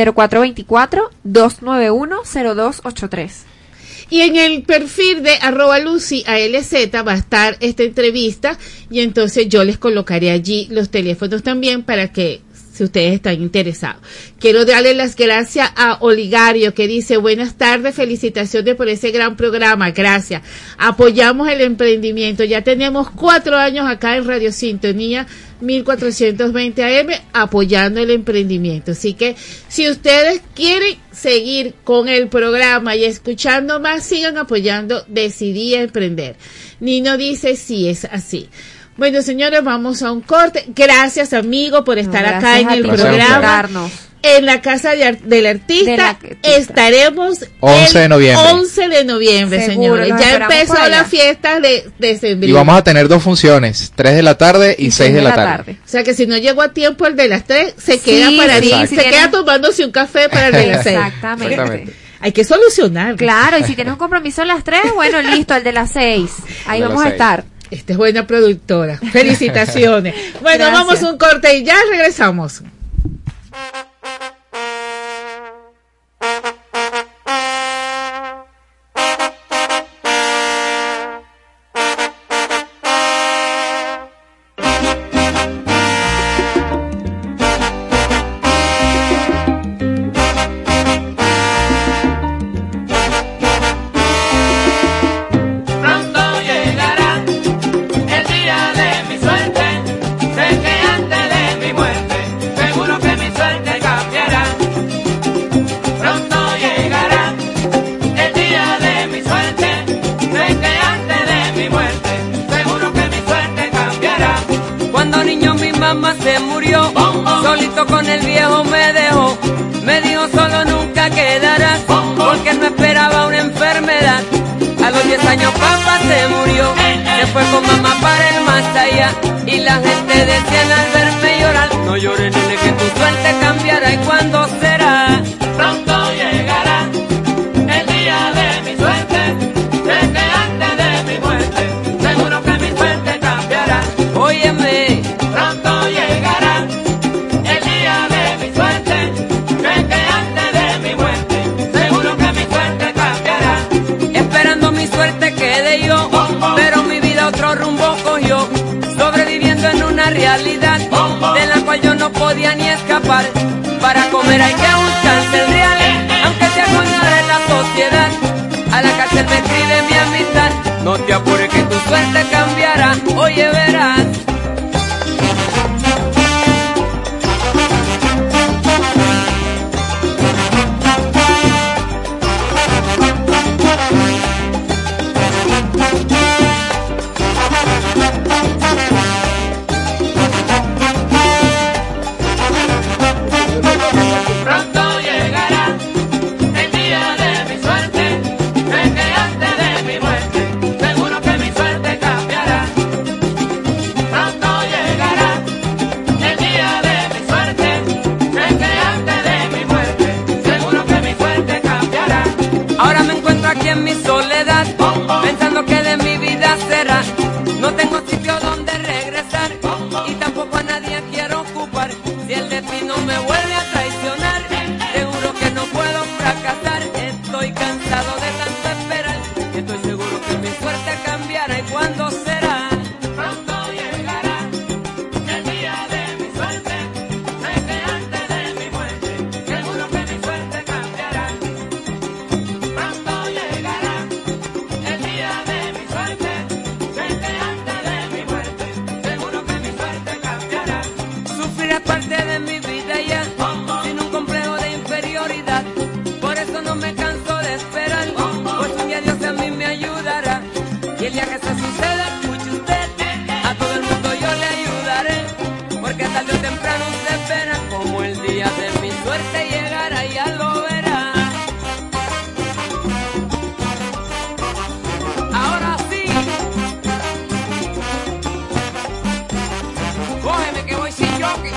0424-291-0283. Y en el perfil de @LucyALZ va a estar esta entrevista, y entonces yo les colocaré allí los teléfonos también para que, si ustedes están interesados. Quiero darle las gracias a Oligario, que dice, buenas tardes, felicitaciones por ese gran programa, gracias. Apoyamos el emprendimiento, ya tenemos 4 años acá en Radio Sintonía 1420 AM apoyando el emprendimiento. Así que si ustedes quieren seguir con el programa y escuchando más, sigan apoyando Decidí Emprender. Nino dice, sí, es así. Bueno, señores, vamos a un corte. Gracias, amigo, por estar acá en el programa. En la Casa del Artista estaremos 11 de noviembre. 11 de noviembre, señores. Ya empezó la fiesta de Sembrino. Y vamos a tener 2 funciones, 3 de la tarde y 6 de la tarde. O sea que si no llegó a tiempo el de las 3, se queda paradito, se queda tomándose un café para el de las 6. Exactamente. Hay que solucionar. Claro, y si tienes un compromiso a las 3, bueno, listo, el de las 6. Ahí vamos a estar. Esta es buena productora. Felicitaciones. Bueno, Gracias. vamos a un corte y ya regresamos. Pronto llegará el día de mi suerte. Sé que antes de mi muerte, seguro que mi suerte cambiará. Pronto llegará el día de mi suerte. Sé que antes de mi muerte, seguro que mi suerte cambiará. Cuando niño mi mamá se murió, solito con el viejo me dejó. Me dijo solo nunca quedarás, porque no esperaba una enfermedad. A los 10 años papá se murió, se fue con mamá para el más allá. Y la gente decía al verme llorar, no llores nene que tu suerte cambiará. ¿Y cuándo será? Pronto llegará el día de mi suerte. Sé que antes de mi muerte, seguro que mi suerte cambiará. Óyeme, Pronto llegará el día de mi suerte. Sé que antes de mi muerte, seguro que mi suerte cambiará. esperando mi suerte quedé yo, pero mi vida otro rumbo cogió. Sobreviviendo en una realidad de la cual yo no podía ni escapar. Para comer hay que buscarse el real, aunque sea con de la sociedad. A la cárcel me escribe mi amistad, no te apures que tu suerte cambiará. Oye, verás. Pronto llegará el día de mi suerte. Sé que antes de mi muerte, seguro que mi suerte cambiará. Pronto llegará el día de mi suerte. Sé que antes de mi muerte, seguro que mi suerte cambiará. Ahora me encuentro aquí en mi soledad, pensando que de mi vida será. No tengo sitio donde regresar y tampoco a nadie quiero ocupar. Si el destino me vuelve a traicionar, seguro que no puedo fracasar. Estoy cansado de tanto esperar, estoy seguro que mi suerte cambiará. ¿Y cuándo será? Pronto llegará el día de mi suerte. Sé que antes de mi muerte, seguro que mi suerte cambiará. Pronto llegará el día de mi suerte. Sé que antes de mi muerte, seguro que mi suerte cambiará. Sufrir es parte de mi vida ya, sin un complejo de inferioridad. Por eso no me canso de esperar, pues un día Dios a mí me ayudará. Y el día que se suceda, escuche usted, a todo el mundo yo le ayudaré. Porque tarde o temprano usted verá como el día de mi suerte llegará, ya lo verá. Ahora sí, cógeme que voy sin jockey.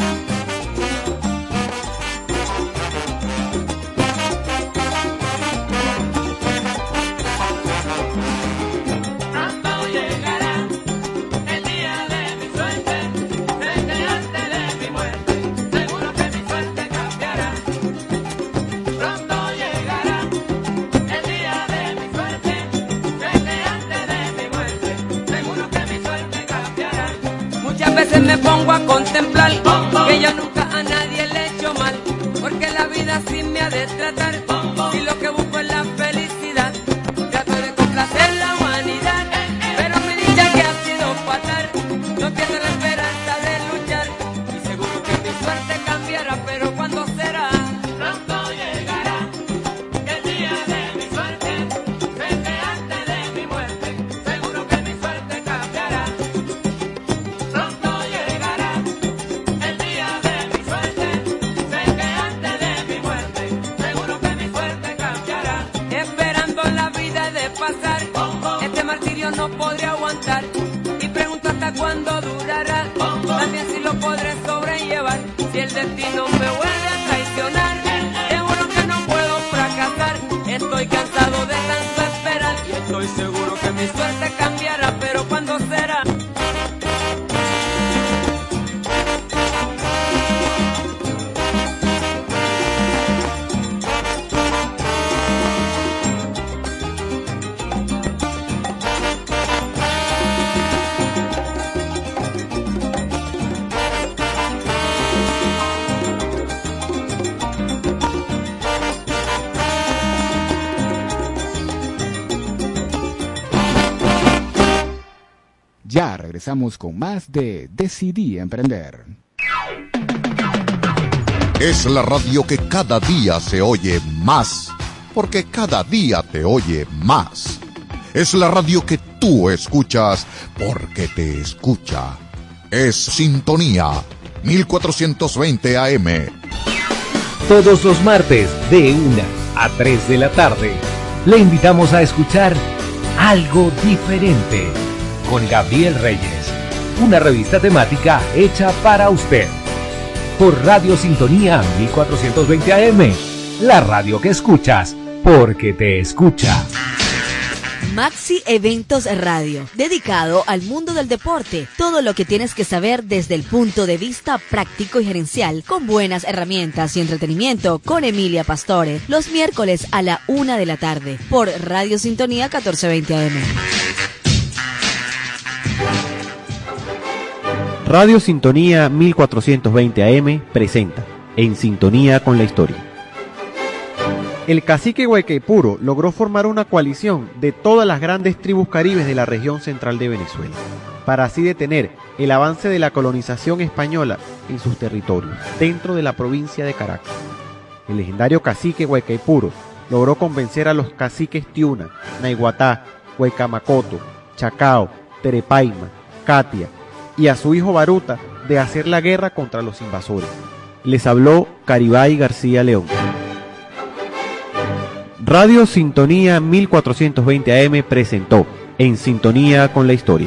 Pronto llegará el día de mi suerte. Sé que antes de mi muerte, seguro que mi suerte cambiará. Pronto llegará el día de mi suerte. Sé que antes de mi muerte, seguro que mi suerte cambiará. Muchas veces me pongo a contemplar que yo nunca a nadie le he hecho mal, porque la vida así me ha de tratar. Y lo que busco es la felicidad, trato de complacer la humanidad, pero mi dicha que ha sido fatal, no tiene la esperanza de luchar. Y seguro que mi suerte cambiará, pero ¿cuándo será? Pronto llegará el día de mi suerte. Sé que antes de mi muerte, seguro que mi suerte cambiará. Pronto llegará el día de mi suerte. Sé que antes de mi muerte, seguro que mi suerte cambiará. Esperando la vida he de pasar, este martirio no podré aguantar. Y pregunto hasta cuándo durará, también si lo podré sobrellevar. Si el destino me vuelve a traicionar, seguro que no puedo fracasar. Mi suerte cambiará, pero ¿cuándo será? Ya regresamos con más de Decidí Emprender. Es la radio que cada día se oye más, porque cada día te oye más. Es la radio que tú escuchas, porque te escucha. Es Sintonía 1420 AM. Todos los martes de 1 a 3 de la tarde le invitamos a escuchar Algo Diferente con Gabriel Reyes, una revista temática hecha para usted. Por Radio Sintonía 1420 AM, la radio que escuchas porque te escucha. Maxi Eventos Radio, dedicado al mundo del deporte. Todo lo que tienes que saber desde el punto de vista práctico y gerencial, con buenas herramientas y entretenimiento, con Emilia Pastore, los miércoles a la 1 de la tarde, por Radio Sintonía 1420 AM. Radio Sintonía 1420 AM presenta En Sintonía con la Historia. El cacique Guaycaipuro logró formar una coalición de todas las grandes tribus caribes de la región central de Venezuela, para así detener el avance de la colonización española en sus territorios, dentro de la provincia de Caracas. El legendario cacique Guaycaipuro logró convencer a los caciques Tiuna, Naiguatá, Guaycamacoto, Chacao, Terepaima, Catia y a su hijo Baruta de hacer la guerra contra los invasores. Les habló Caribay García León. Radio Sintonía 1420 AM presentó En Sintonía con la Historia.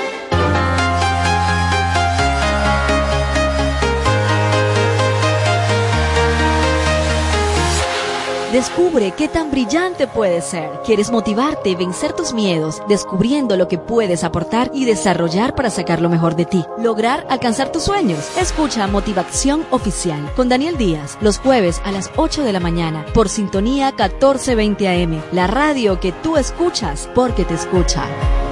Descubre qué tan brillante puedes ser. ¿Quieres motivarte y vencer tus miedos, descubriendo lo que puedes aportar y desarrollar para sacar lo mejor de ti? ¿Lograr alcanzar tus sueños? Escucha Motivación Oficial con Daniel Díaz los jueves a las 8 de la mañana por Sintonía 1420 AM, la radio que tú escuchas porque te escucha.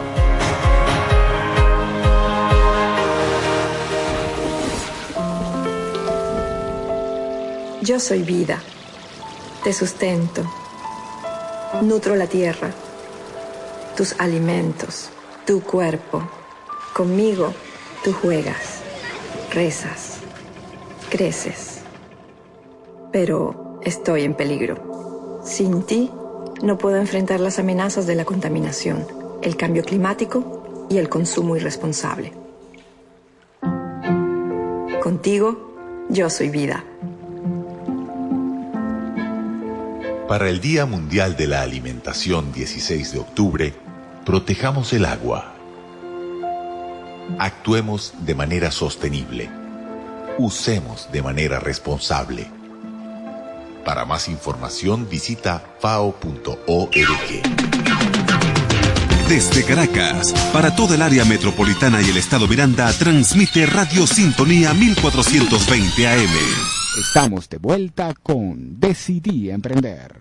Yo soy vida. Te sustento, nutro la tierra, tus alimentos, tu cuerpo. Conmigo tú juegas, rezas, creces. Pero estoy en peligro. Sin ti no puedo enfrentar las amenazas de la contaminación, el cambio climático y el consumo irresponsable. Contigo yo soy vida. Para el Día Mundial de la Alimentación 16 de octubre, protejamos el agua. Actuemos de manera sostenible. Usemos de manera responsable. Para más información visita fao.org. Desde Caracas, para toda el área metropolitana y el estado Miranda, transmite Radio Sintonía 1420 AM. Estamos de vuelta con Decidí Emprender.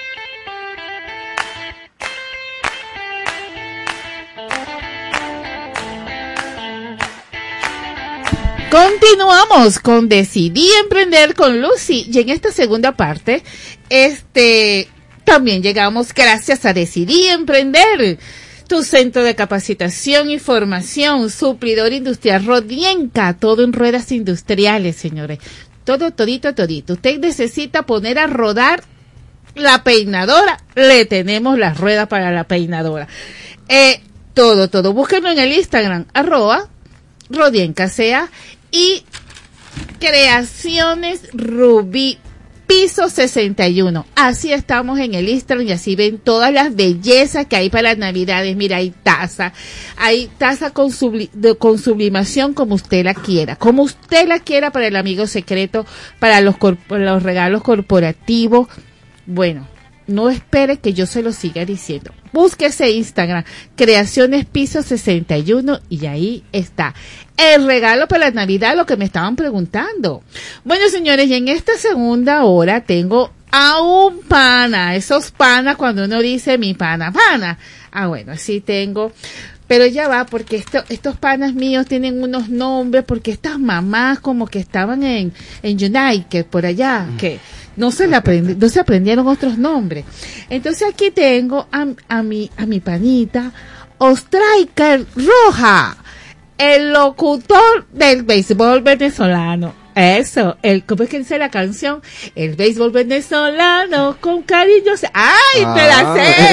Continuamos con Decidí Emprender con Lucy, y en esta segunda parte, también llegamos gracias a Decidí Emprender, tu centro de capacitación y formación, suplidor industrial Rodienca, todo en ruedas industriales, señores. Todito. Usted necesita poner a rodar la peinadora, le tenemos las ruedas para la peinadora. Todo. Búsquenlo en el Instagram, @Rodienca y Creaciones Rubí, piso 61. Así estamos en el Instagram y así ven todas las bellezas que hay para Navidades. Mira, hay taza con sublimación como usted la quiera para el amigo secreto, para los regalos corporativos. Bueno, no espere que yo se lo siga diciendo. Busque ese Instagram, Creaciones Piso 61, y ahí está. El regalo para la Navidad, lo que me estaban preguntando. Bueno, señores, y en esta segunda hora tengo a un pana. Esos panas, cuando uno dice mi pana. Ah, bueno, así tengo. Pero ya va, porque estos panas míos tienen unos nombres, porque estas mamás como que estaban en United, por allá, que no se aprendieron otros nombres. Entonces aquí tengo a mi panita, Ostriker Roja, el locutor del béisbol venezolano. Eso, ¿cómo es que dice la canción? El béisbol venezolano con cariño. ¡Ay, te la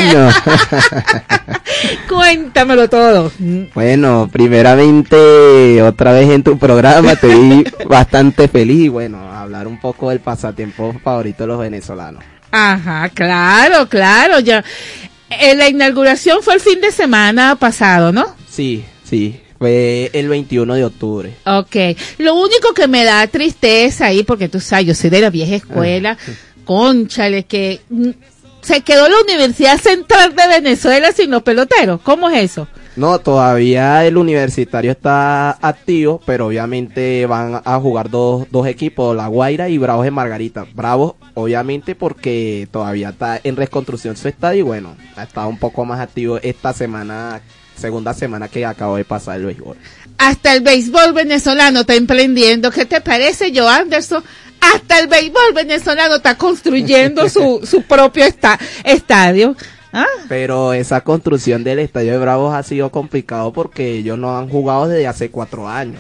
sé! Cuéntamelo todo. Bueno, primeramente, otra vez en tu programa, estoy bastante feliz y bueno, hablar un poco del pasatiempo favorito de los venezolanos. Ajá, claro, ya. La inauguración fue el fin de semana pasado, ¿no? Sí. Fue el 21 de octubre. Okay. Lo único que me da tristeza ahí, porque tú sabes, yo soy de la vieja escuela, cónchale, que se quedó la Universidad Central de Venezuela sin los peloteros. ¿Cómo es eso? No, todavía el universitario está activo, pero obviamente van a jugar dos equipos, La Guaira y Bravos de Margarita. Bravos, obviamente, porque todavía está en reconstrucción su estadio y bueno, ha estado un poco más activo esta semana, segunda semana que acabo de pasar el béisbol. Hasta el béisbol venezolano está emprendiendo. ¿Qué te parece, Joe Anderson? Hasta el béisbol venezolano está construyendo su propio estadio. ¿Ah? Pero esa construcción del estadio de Bravos ha sido complicado porque ellos no han jugado desde hace 4 años.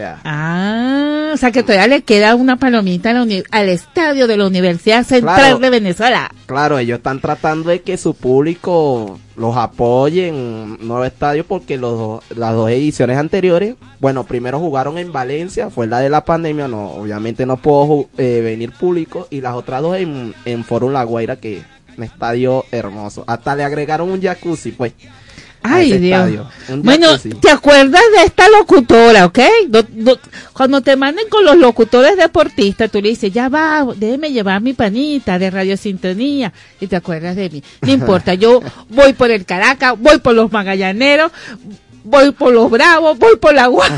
O sea que todavía le queda una palomita al estadio de la Universidad Central de Venezuela. Claro, ellos están tratando de que su público los apoye en un nuevo estadio porque las dos ediciones anteriores, bueno, primero jugaron en Valencia, fue la de la pandemia, no, obviamente no pudo venir público, y las otras dos en Fórum La Guaira, que es un estadio hermoso. Hasta le agregaron un jacuzzi, pues. Ay, Dios. Bueno, ¿te acuerdas de esta locutora, ok? Cuando te manden con los locutores deportistas, tú le dices, ya va, déjeme llevar mi panita de Radio Sintonía, y te acuerdas de mí. No importa, yo voy por el Caracas, voy por los Magallaneros, voy por los Bravos, voy por la Guardia,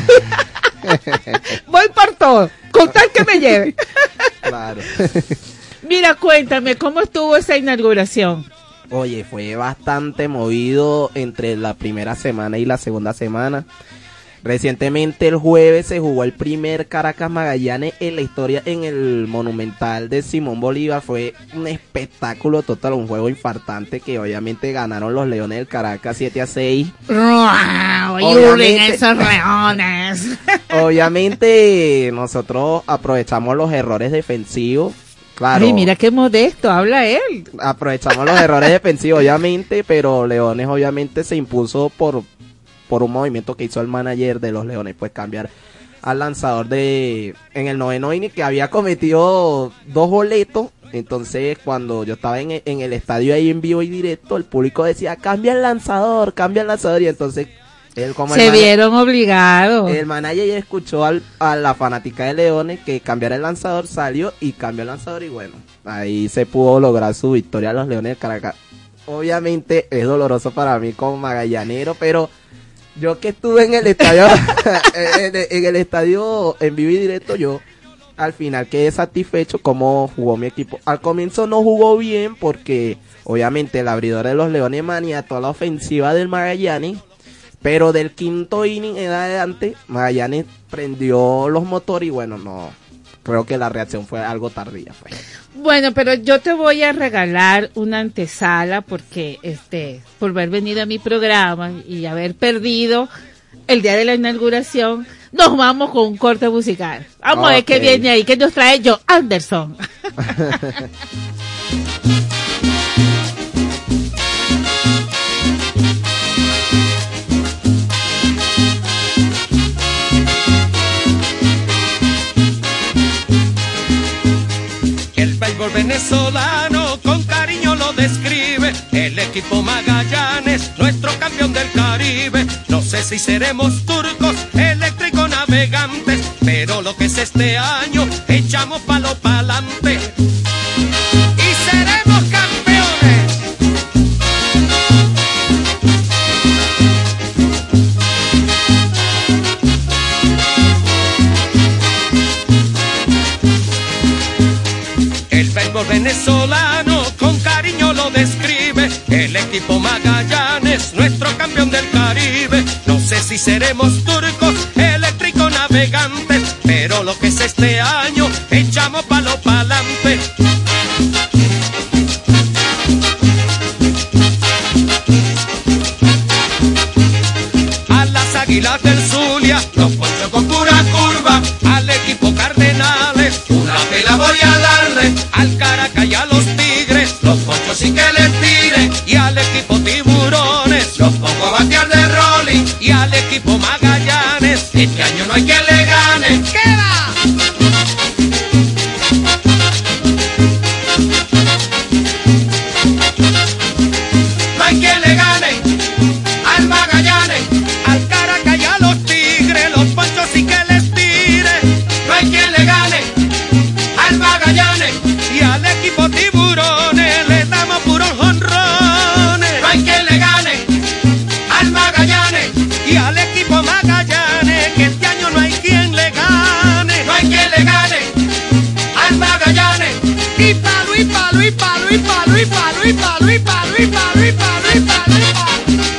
voy por todo, con tal que me lleve. Claro. Mira, cuéntame, ¿cómo estuvo esa inauguración? Oye, fue bastante movido entre la primera semana y la segunda semana. Recientemente el jueves se jugó el primer Caracas Magallanes en la historia en el Monumental de Simón Bolívar. Fue un espectáculo total, un juego infartante que obviamente ganaron los Leones del Caracas 7-6. Obviamente, esos leones. Obviamente nosotros aprovechamos los errores defensivos. Claro. Ay, mira qué modesto habla él. Aprovechamos los errores defensivos, obviamente, pero Leones obviamente se impuso por un movimiento que hizo el manager de los Leones, pues cambiar al lanzador en el 9º inning, que había cometido 2 boletos. Entonces, cuando yo estaba en el estadio ahí en vivo y directo, el público decía, cambia el lanzador, y entonces él, como se vieron obligados. El manager ya escuchó a la fanática de Leones que cambiara el lanzador, salió y cambió el lanzador y bueno, ahí se pudo lograr su victoria a los Leones de Caracas. Obviamente es doloroso para mí como magallanero, pero yo que estuve en el estadio, en el estadio en vivo y directo, yo al final quedé satisfecho cómo jugó mi equipo. Al comienzo no jugó bien porque obviamente el abridor de los Leones maniató la ofensiva del Magallanes. Pero del 5º inning en adelante, Magallanes prendió los motores y bueno, no, creo que la reacción fue algo tardía. Pues. Bueno, pero yo te voy a regalar una antesala porque, por haber venido a mi programa y haber perdido el día de la inauguración, nos vamos con un corte musical. Vamos a ver qué viene ahí, qué nos trae Joe Anderson. béisbol venezolano con cariño lo describe el equipo Magallanes, nuestro campeón del Caribe. No sé si seremos turcos, eléctricos navegantes, pero lo que es este año echamos palo pa'lante y seremos campeones. fútbol venezolano con cariño lo describe. El equipo Magallanes, nuestro campeón del Caribe. No sé si seremos turcos, eléctricos navegantes, pero lo que es este año, echamos palo pa'lante. A las Águilas del Zulia, los poncho con pura curva. Al equipo Cardenales, una pela voy a darle. Al Caracas y a los Tigres, los poncho sin que les tire. Y al equipo Tiburones, los pongo a batear de rolling. Y al equipo Magallanes, este año no hay quien le gane. ¿Qué va? No hay quien le gane al Magallanes, al Caracas y a los Tigres, los ponchos y que les tire. No hay quien le gane al Magallanes y al equipo Tiburones, le damos puros jonrones. No hay quien le gane al Magallanes y al equipo Magallanes, que este año no hay quien le gane. No hay quien le gane al Magallanes. Y palo, y palo, y palo, y palo, y palo, y palo, y palo, y palo, y palo, y palo, y palo.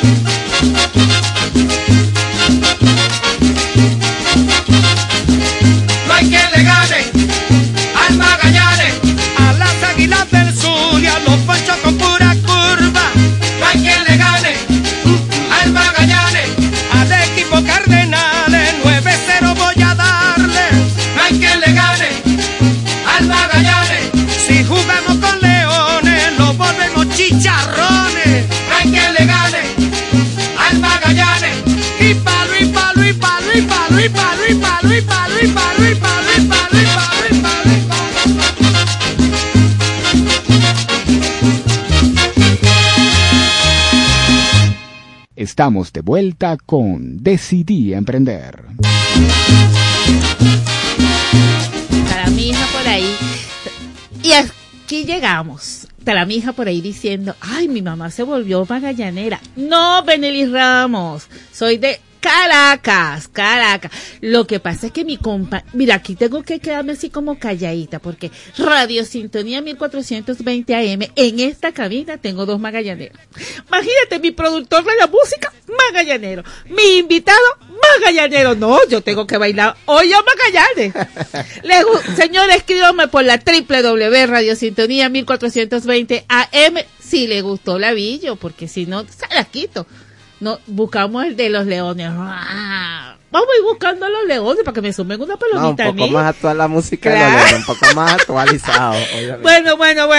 No hay quien le gane al Magallanes, a las Águilas del Zulia, los ponchos con pura curva. No hay quien le gane al Magallanes, al equipo Cardenales, 9-0 voy a darle. No hay quien le gane al Magallanes, si jugamos con Leones, lo volvemos chicharrones. No hay quien le gane al Magallanes, y palo, y palo, y palo, y palo, y palo, y palo, y palo, y palo, y palo, y palo, y palo, y palo, y palo. Estamos de vuelta con Decidí Emprender. Está la mija por ahí. Y aquí llegamos. Está la mija por ahí diciendo, ay, mi mamá se volvió magallanera. No, Benelis Ramos, soy de Caracas. Lo que pasa es que mi compa, mira, aquí tengo que quedarme así como calladita, porque Radio Sintonía 1420 AM, en esta cabina tengo 2 magallaneros. Imagínate, mi productor de la música, magallanero. Mi invitado, magallanero. No, yo tengo que bailar hoy a Magallanes. Señores, escríbame por la www.radiosintonía 1420 AM si le gustó la billo, porque si no, se la quito. No, buscamos el de los leones. Vamos a ir buscando a los leones para que me sumen una palomita. No, un poco más actual la música, claro. De los leones, un poco más actualizado. Bueno.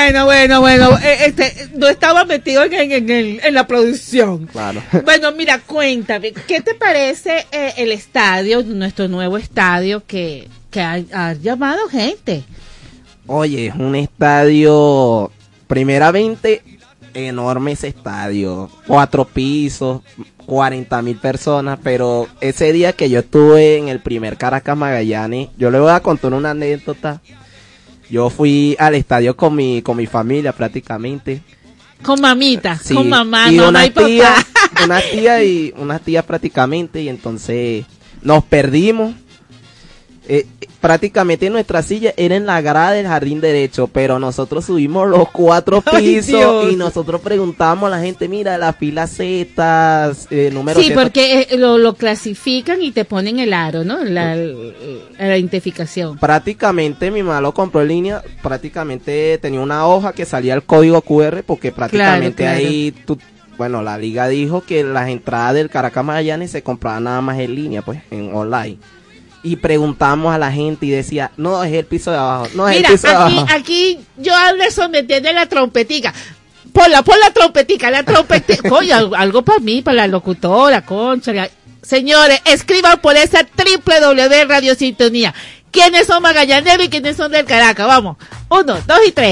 No estaba metido en la producción. Claro. Bueno, mira, cuéntame, ¿qué te parece el estadio, nuestro nuevo estadio que ha llamado gente? Oye, es un estadio, primeramente, enorme ese estadio, 4 pisos, 40,000 personas, pero ese día que yo estuve en el primer Caracas Magallanes, yo le voy a contar una anécdota. Yo fui al estadio con mi familia prácticamente. Con mamita, sí, con mamá, y mamá y papá. Unas tías prácticamente, y entonces nos perdimos. Prácticamente nuestra silla era en la grada del jardín derecho, pero nosotros subimos los 4 pisos y nosotros preguntábamos a la gente, mira, la fila Z, número sí, Z. Porque lo clasifican y te ponen el aro, ¿no? La identificación. Prácticamente mi mamá lo compró en línea, prácticamente tenía una hoja que salía el código QR, porque prácticamente claro. Ahí bueno, la liga dijo que las entradas del Caracas Magallanes se compraban nada más en línea, pues, en online. Y preguntamos a la gente y decía, no, es el piso de abajo, no es el piso de abajo. Aquí yo hablo eso, me entiende la trompetica. Pon la trompetica, Oye, algo para mí, para la locutora, concha. Señores, escriban por esa www.radiosintonía. ¿Quiénes son magallaneros y quiénes son del Caracas? Vamos, 1, 2 y 3.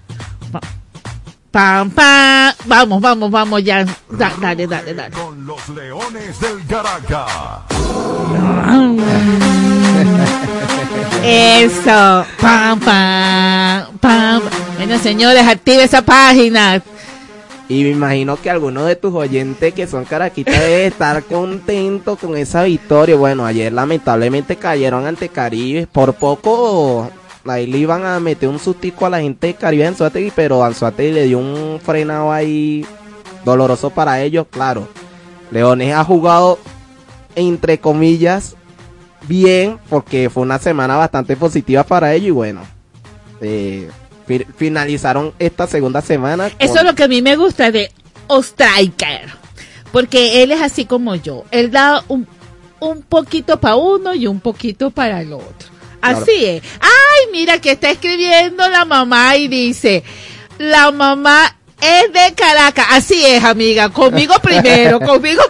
Pam, pam. Vamos ya. Dale. Con los Leones del Caracas. Eso. Pam. Bueno, señores, active esa página. Y me imagino que algunos de tus oyentes que son caraquitas deben estar contentos con esa victoria. Bueno, ayer lamentablemente cayeron ante Caribe. Por poco ahí le iban a meter un sustico a la gente de Caribe de Anzoátegui, pero Anzoátegui le dio un frenado ahí doloroso para ellos, claro. Leones ha jugado, entre comillas, bien, porque fue una semana bastante positiva para ellos y bueno, finalizaron esta segunda semana. Eso es lo que a mí me gusta de Ostriker, porque él es así como yo, él da un poquito para uno y un poquito para el otro. Así claro. Es. Ay, mira que está escribiendo la mamá y dice, la mamá es de Caracas. Así es, amiga, conmigo primero.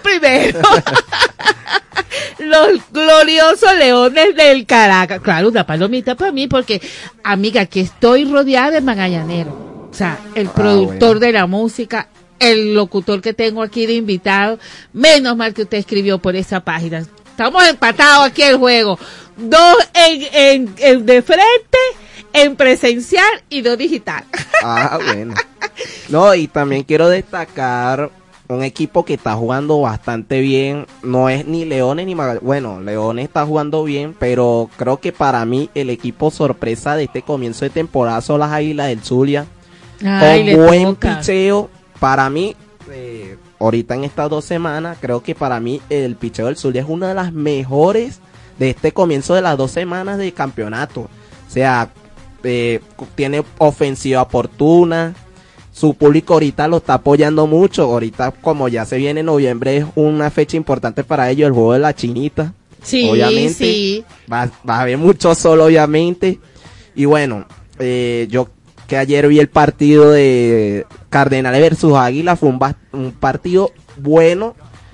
Los gloriosos Leones del Caracas. Claro, una palomita para mí porque, amiga, que estoy rodeada de magallaneros. O sea, el productor de la música, el locutor que tengo aquí de invitado. Menos mal que usted escribió por esa página. Estamos empatados aquí el juego. 2 en de frente, en presencial y 2 digital. Ah, bueno. No, y también quiero destacar un equipo que está jugando bastante bien. No es ni Leones ni Magallanes. Bueno, Leones está jugando bien, pero creo que para mí el equipo sorpresa de este comienzo de temporada son las Águilas del Zulia. Con buen picheo. Para mí, ahorita en estas 2 semanas, creo que para mí el picheo del Zulia es una de las mejores de este comienzo de las 2 semanas de campeonato. O sea, tiene ofensiva oportuna. Su público ahorita lo está apoyando mucho. Ahorita, como ya se viene noviembre, es una fecha importante para ellos, el juego de la chinita. Sí, obviamente. Sí. Va a haber mucho sol, obviamente. Y bueno, yo que ayer vi el partido de Cardenales versus Águila, fue un partido bueno.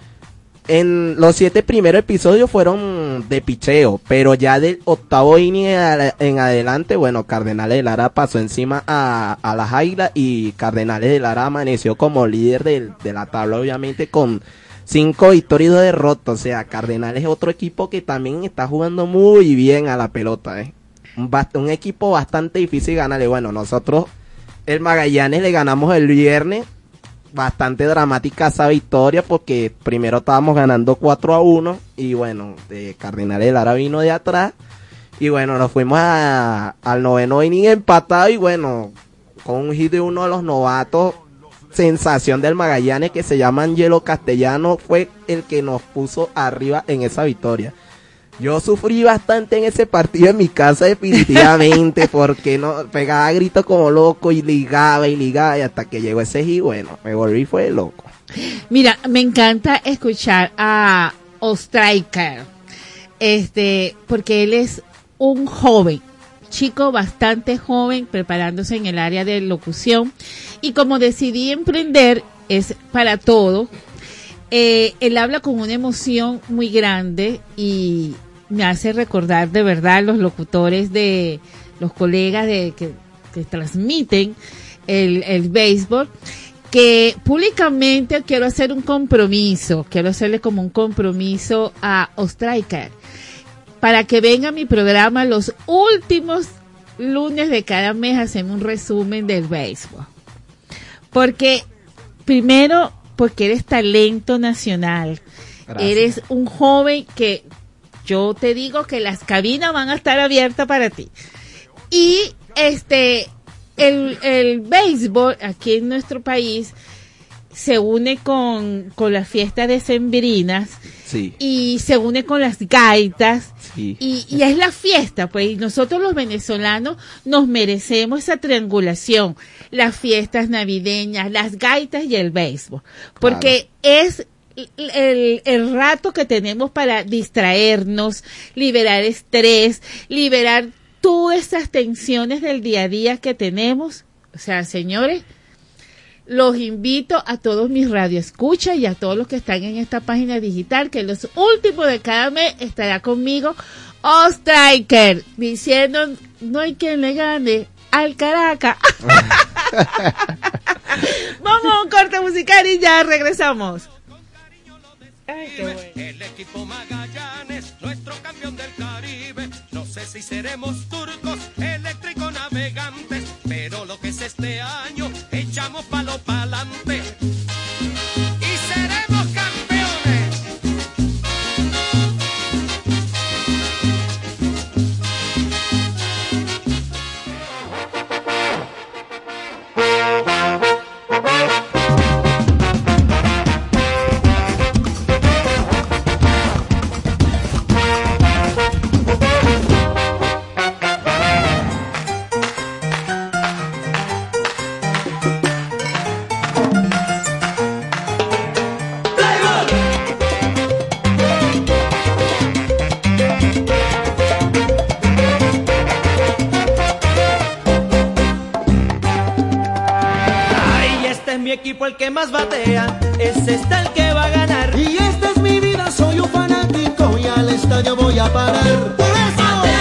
En los 7 primeros episodios fueron de picheo, pero ya del 8º inning en adelante, bueno, Cardenales de Lara pasó encima a las Águilas y Cardenales de Lara amaneció como líder de la tabla, obviamente, con 5 victorias y 2 derrotas. O sea, Cardenales es otro equipo que también está jugando muy bien a la pelota, un equipo bastante difícil ganarle. Bueno, nosotros, el Magallanes, le ganamos el viernes. Bastante dramática esa victoria porque primero estábamos ganando 4-1 y bueno, Cardenales de Lara vino de atrás y bueno, nos fuimos al 9º inning empatado y bueno, con un hit de uno de los novatos, sensación del Magallanes, que se llama Angelo Castellano, fue el que nos puso arriba en esa victoria. Yo sufrí bastante en ese partido en mi casa, definitivamente, porque no pegaba gritos como loco y ligaba y hasta que llegó ese hit, bueno, me volví fue loco. Mira, me encanta escuchar a Ostriker, porque él es un joven, chico bastante joven, preparándose en el área de locución, y como decidí emprender, es para todo. Él habla con una emoción muy grande y me hace recordar de verdad los locutores de los colegas que transmiten el béisbol, que públicamente quiero hacerle como un compromiso a Ostriker para que venga a mi programa los últimos lunes de cada mes a hacerme un resumen del béisbol. Porque eres talento nacional. Gracias. Eres un joven que yo te digo que las cabinas van a estar abiertas para ti. Y el béisbol aquí en nuestro país se une con las fiestas decembrinas. Sí. Y se une con las gaitas. Sí. Y es la fiesta, pues, y nosotros los venezolanos nos merecemos esa triangulación, las fiestas navideñas, las gaitas y el béisbol, porque es el rato que tenemos para distraernos, liberar estrés, liberar todas esas tensiones del día a día que tenemos. O sea, señores, los invito a todos mis radioescuchas y a todos los que están en esta página digital, que los últimos de cada mes estará conmigo Ostriker, diciendo, no hay quien le gane al Caracas. Vamos a un corte musical y ya regresamos. Ay, qué bueno. El equipo Magallanes, nuestro campeón del Caribe. No sé si seremos turcos, eléctricos navegantes, pero lo que es este año, echamos palo pa'lante y seremos campeones. equipo el que más batea, ese está el que va a ganar. Y esta es mi vida, soy un fanático y al estadio voy a parar. Por eso.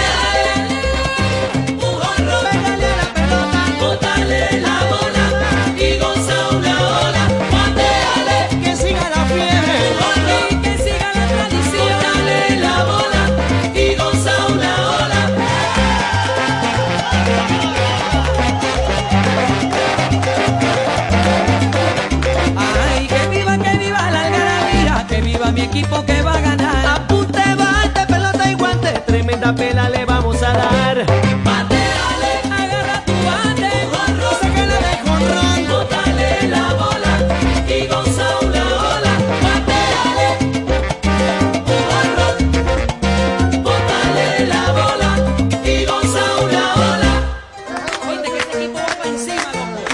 Bótale la bola y goza una ola. Pateale, que siga la fiebre y que siga la tradición. Bótale la bola y goza una ola. Ay, que viva la algarabía, que viva mi equipo que va a ganar. Apunte, bate, pelota y guante, tremenda pela le vamos a dar. Bótale la bola y goza una ola. Pateale un jonrón. Bótale la bola y goza una ola. Oíste que este equipo va para encima,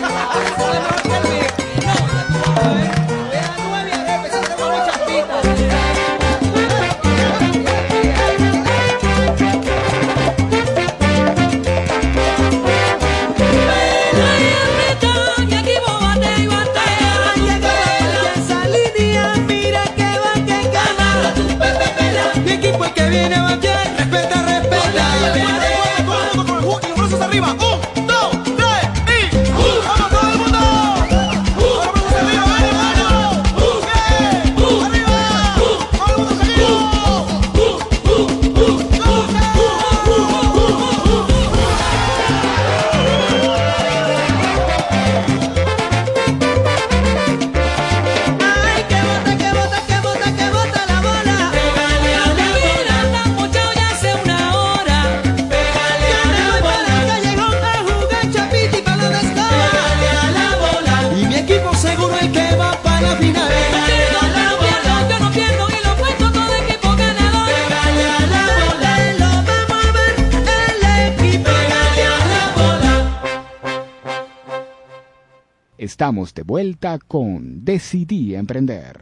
mi equipo el que viene a batear, respeta, respeta. Con los brazos arriba, 1, 2, 3 y vamos todo el mundo. Con los brazos arriba, vamos. Bien, arriba. Todo el mundo seguido. ay, que bota la bola. Pégale a la bola. La muchacha ya hace una hora. Pégale a la bola. Callejón a jugar chapiti para los descargas. Pégale a la bola. Y mi equipo seguro el que va para la final. Yo no pierdo y lo cuento todo equipo ganador. Pégale a la bola. Lo vamos a ver el equipo. Pégale a la bola. Estamos de vuelta con Decidí Emprender.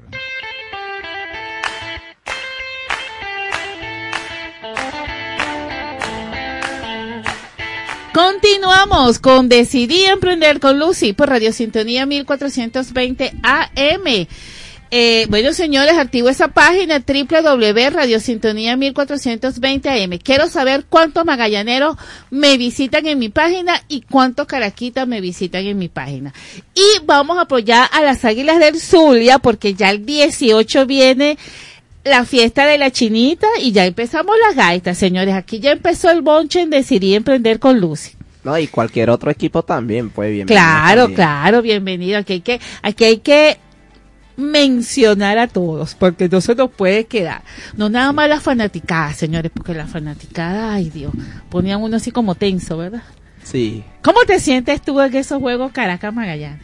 Continuamos con Decidí Emprender con Lucy por Radio Sintonía 1420 AM. Bueno, señores, activo esa página www.radiosintonía 1420 AM. Quiero saber cuántos magallaneros me visitan en mi página y cuántos caraquitas me visitan en mi página. Y vamos a apoyar a las Águilas del Zulia porque ya el 18 viene la fiesta de la chinita y ya empezamos las gaitas, señores. Aquí ya empezó el bonche en Decidí Emprender con Lucy. No, y cualquier otro equipo también, pues bienvenido. Claro, también. claro, bienvenido. Aquí hay que mencionar a todos, porque no se nos puede quedar. No nada más las fanaticadas, señores, porque las fanaticadas, ay Dios, ponían uno así como tenso, ¿verdad? Sí. ¿Cómo te sientes tú en esos juegos Caracas-Magallanes?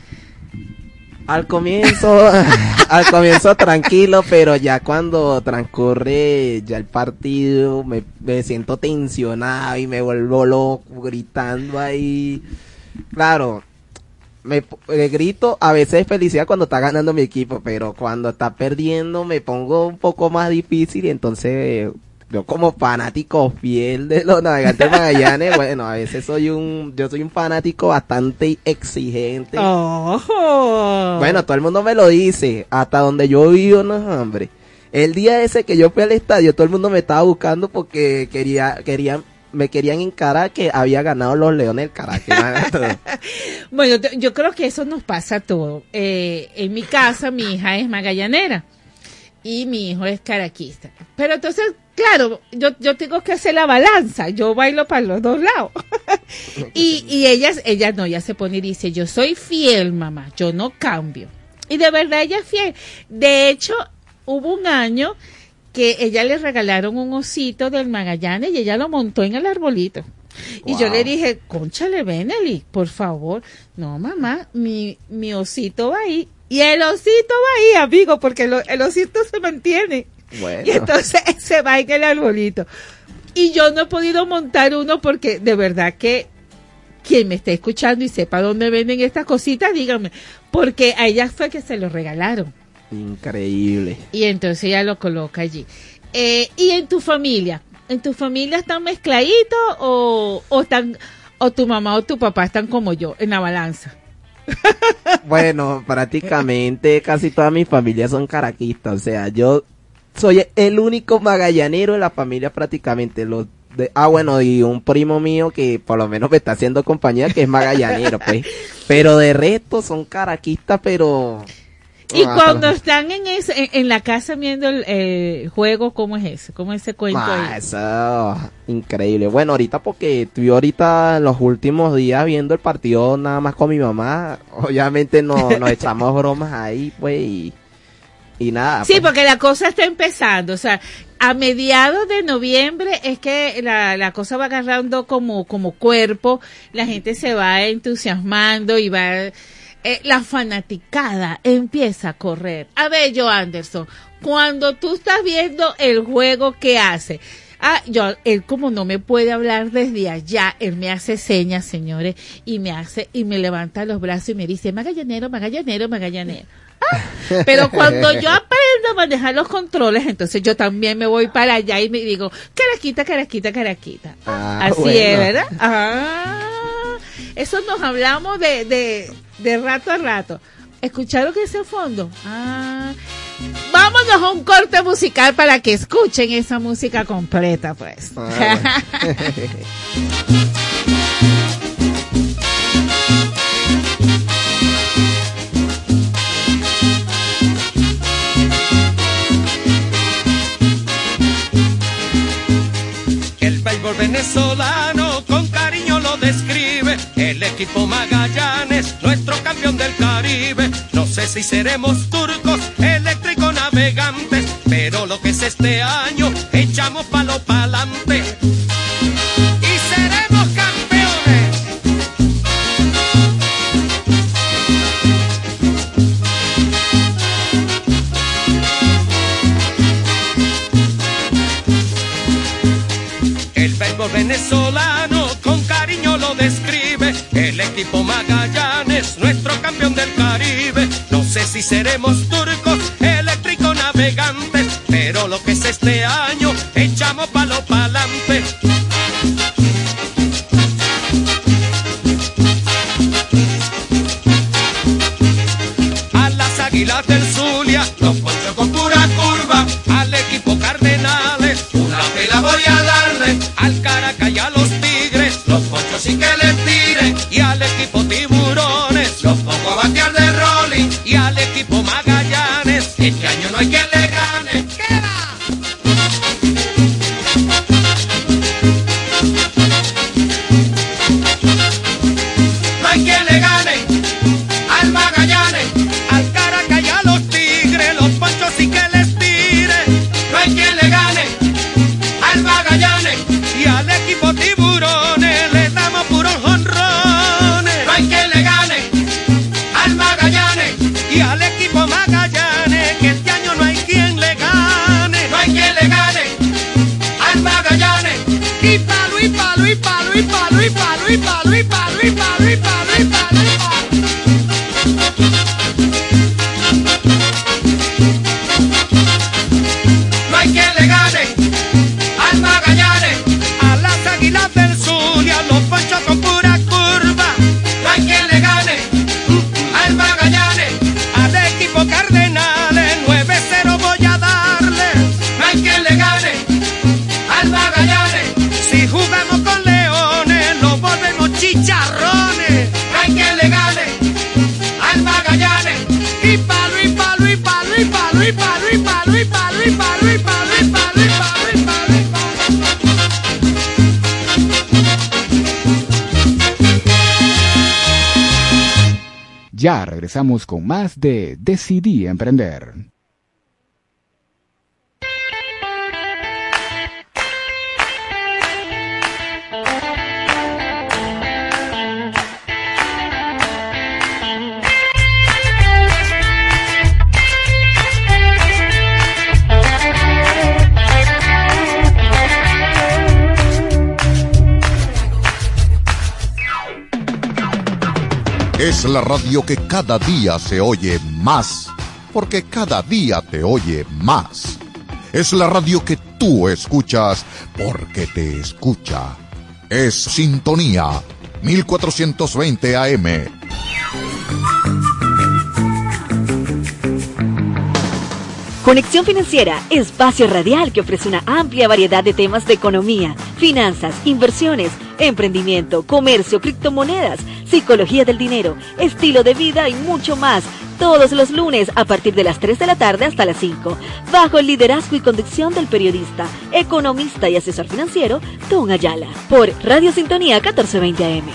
Al comienzo tranquilo, pero ya cuando transcurre ya el partido me siento tensionado y me vuelvo loco gritando ahí. Claro, me grito a veces de felicidad cuando está ganando mi equipo, pero cuando está perdiendo me pongo un poco más difícil y entonces yo como fanático fiel de los Navegantes Magallanes, bueno, a veces yo soy un fanático bastante exigente. Oh. Bueno, todo el mundo me lo dice, hasta donde yo vivo, no, hombre. El día ese que yo fui al estadio, todo el mundo me estaba buscando porque me querían encarar que había ganado los Leones del Caracas. Bueno, yo creo que eso nos pasa a todos. En mi casa, mi hija es magallanera y mi hijo es caraquista. Pero entonces, claro, yo tengo que hacer la balanza. Yo bailo para los dos lados. y ella se pone y dice, yo soy fiel, mamá, yo no cambio. Y de verdad ella es fiel. De hecho, hubo un año que ella le regalaron un osito del Magallanes y ella lo montó en el arbolito. Wow. Y yo le dije, cónchale, Benely, por favor. No, mamá, mi osito va ahí. Y el osito va ahí, amigo, porque el osito se mantiene. Bueno. Y entonces se va en el arbolito. Y yo no he podido montar uno porque de verdad que quien me esté escuchando y sepa dónde venden estas cositas, díganme. Porque a ella fue que se lo regalaron. Increíble. Y entonces ella lo coloca allí. ¿Y en tu familia? ¿En tu familia están mezcladitos o tu mamá o tu papá están como yo, en la balanza? Bueno, prácticamente casi toda mi familia son caraquistas, o sea, yo soy el único magallanero de la familia prácticamente. Bueno, y un primo mío que por lo menos me está haciendo compañía, que es magallanero, pues. Pero de resto son caraquistas, pero... Y cuando están en la casa viendo el juego, ¿cómo es eso? ¿Cómo es ese cuento ahí? Eso, increíble. Bueno, ahorita porque estoy ahorita los últimos días viendo el partido nada más con mi mamá, obviamente nos echamos bromas ahí, pues, y nada. Sí, pues. porque la cosa está empezando, o sea, a mediados de noviembre es que la cosa va agarrando como cuerpo, la gente se va entusiasmando y va... la fanaticada empieza a correr. A ver, Joe Anderson, cuando tú estás viendo el juego, ¿qué hace? Él como no me puede hablar desde allá, él me hace señas, señores, y me levanta los brazos y me dice, magallanero, magallanero, magallanero. Pero cuando yo aprendo a manejar los controles, entonces yo también me voy para allá y me digo, caraquita, caraquita, caraquita. Así bueno. Es, ¿verdad? Eso nos hablamos de rato a rato. ¿Escucharon que ese fondo? Vámonos a un corte musical para que escuchen esa música completa, pues. El béisbol venezolano con cariño lo describe. El equipo Magallanes, nuestro campeón del Caribe. No sé si seremos turcos, eléctricos navegantes, pero lo que es este año, echamos palo pa'lante. Y seremos campeones. El béisbol venezolano con cariño lo describe. El equipo Magallanes, nuestro campeón del Caribe. No sé si seremos turcos, eléctricos navegantes, pero lo que es este año, echamos palo pa'lante. A las Águilas del Zulia, los poncho con pura curva. Al equipo Cardenales, una pela voy a darle. Al Caracas y a los Tigres, los ponchos sin que les tiren. Y al equipo Tiburones, los pongo a batear de rolling. Y al equipo Magallanes, este año no hay quien le gane. ¿Qué va? No hay quien le gane al Magallanes, al Caracas y a los Tigres, los ponchos sin que les tire. No hay quien le gane al Magallanes y al equipo Tiburones, le damos puros jonrones. No hay quien le gane al Magallanes y al equipo Magallanes, que este año no hay quien le gane. No hay quien le gane al Magallanes. Y palo, y palo, y palo, y palo, y palo, y palo, y palo, y palo, y palo, y palo, y palo. No hay quien le gane al Magallanes, a las Águilas del Zulia, los ponchos con pura curva. No hay quien le gane al Magallanes, al equipo Cardenales, 9-0 voy a darle. No hay quien le gane al Magallanes, si jugamos con Leones, nos volvemos chicharrones. No hay quien le gane al Magallanes. Y palo, y palo, y palo, y palo, y palo, y palo, y palo, y palo, y palo, y palo, y palo, y palo, y Ya regresamos con más de Decidí Emprender. Es la radio que cada día se oye más, porque cada día te oye más. Es la radio que tú escuchas, porque te escucha. Es Sintonía 1420 AM. Conexión Financiera, espacio radial que ofrece una amplia variedad de temas de economía, finanzas, inversiones, emprendimiento, comercio, criptomonedas, psicología del dinero, estilo de vida y mucho más. Todos los lunes a partir de las 3 de la tarde hasta las 5, bajo el liderazgo y conducción del periodista, economista y asesor financiero, Don Ayala, por Radio Sintonía 1420 AM.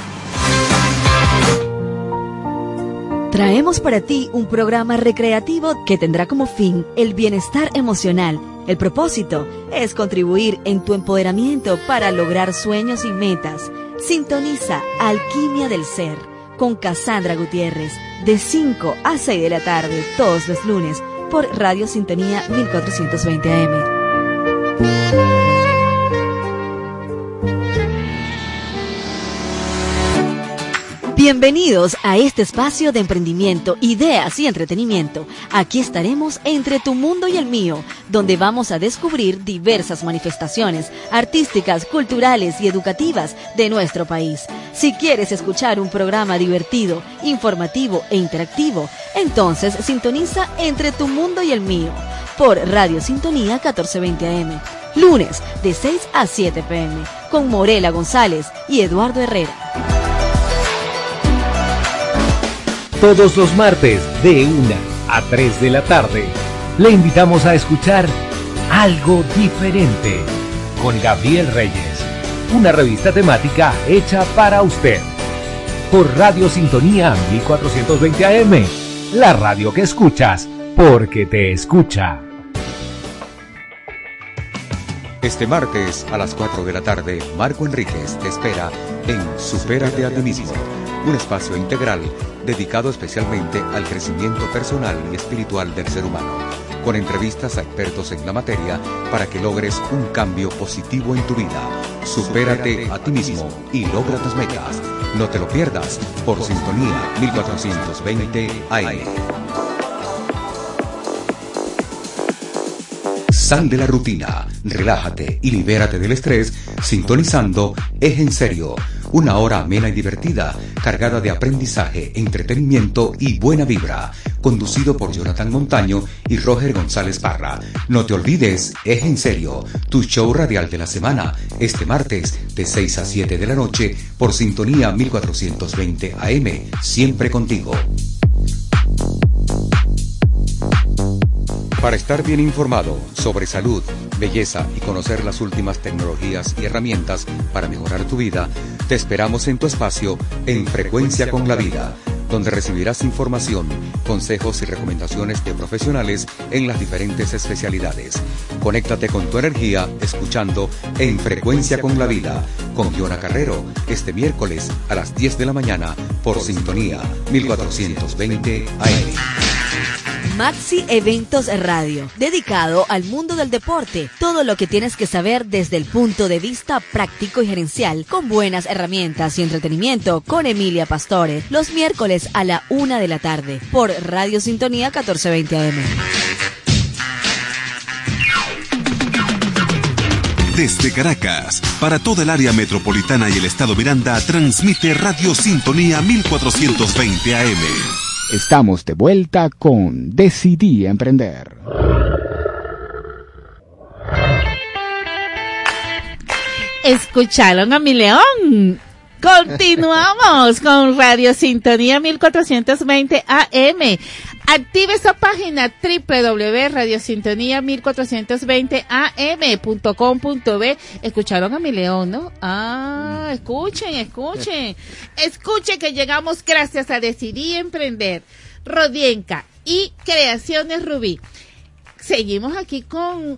Traemos para ti un programa recreativo que tendrá como fin el bienestar emocional. El propósito es contribuir en tu empoderamiento para lograr sueños y metas. Sintoniza Alquimia del Ser con Cassandra Gutiérrez de 5 a 6 de la tarde todos los lunes por Radio Sintonía 1420 AM. Bienvenidos a este espacio de emprendimiento, ideas y entretenimiento. Aquí estaremos entre tu mundo y el mío, donde vamos a descubrir diversas manifestaciones artísticas, culturales y educativas de nuestro país. Si quieres escuchar un programa divertido, informativo e interactivo, entonces sintoniza Entre tu mundo y el mío por Radio Sintonía 1420 AM. Lunes de 6 a 7 p.m. con Morela González y Eduardo Herrera. Todos los martes de 1 a 3 de la tarde le invitamos a escuchar Algo Diferente con Gabriel Reyes, una revista temática hecha para usted por Radio Sintonía 1420 AM, la radio que escuchas porque te escucha. Este martes a las 4 de la tarde, Marco Enríquez te espera en Supérate a ti mismo, un espacio integral dedicado especialmente al crecimiento personal y espiritual del ser humano, con entrevistas a expertos en la materia para que logres un cambio positivo en tu vida. Supérate a ti mismo y logra tus metas. No te lo pierdas por Sintonía 1420 AM. Sal de la rutina, relájate y libérate del estrés sintonizando Es en Serio, una hora amena y divertida, cargada de aprendizaje, entretenimiento y buena vibra, conducido por Jonathan Montaño y Roger González Parra. No te olvides, Es en Serio, tu show radial de la semana, este martes de 6 a 7 de la noche por Sintonía 1420 AM, siempre contigo. Para estar bien informado sobre salud, belleza y conocer las últimas tecnologías y herramientas para mejorar tu vida, te esperamos en tu espacio En Frecuencia con la Vida, donde recibirás información, consejos y recomendaciones de profesionales en las diferentes especialidades. Conéctate con tu energía escuchando En Frecuencia con la Vida con Giona Carrero este miércoles a las 10 de la mañana por Sintonía 1420 AM. Maxi Eventos Radio, dedicado al mundo del deporte. Todo lo que tienes que saber desde el punto de vista práctico y gerencial, con buenas herramientas y entretenimiento, con Emilia Pastore, los miércoles a la 1 de la tarde, por Radio Sintonía 1420 AM. Desde Caracas, para toda el área metropolitana y el estado Miranda, transmite Radio Sintonía 1420 AM. Estamos de vuelta con Decidí Emprender. Escucharon a mi león. Continuamos con Radio Sintonía 1420 AM. Active esa página www.radiosintonía1420am.com.b. Escucharon a mi león, ¿no? Escuchen que llegamos gracias a Decidí Emprender, Rodienca y Creaciones Rubí. Seguimos aquí con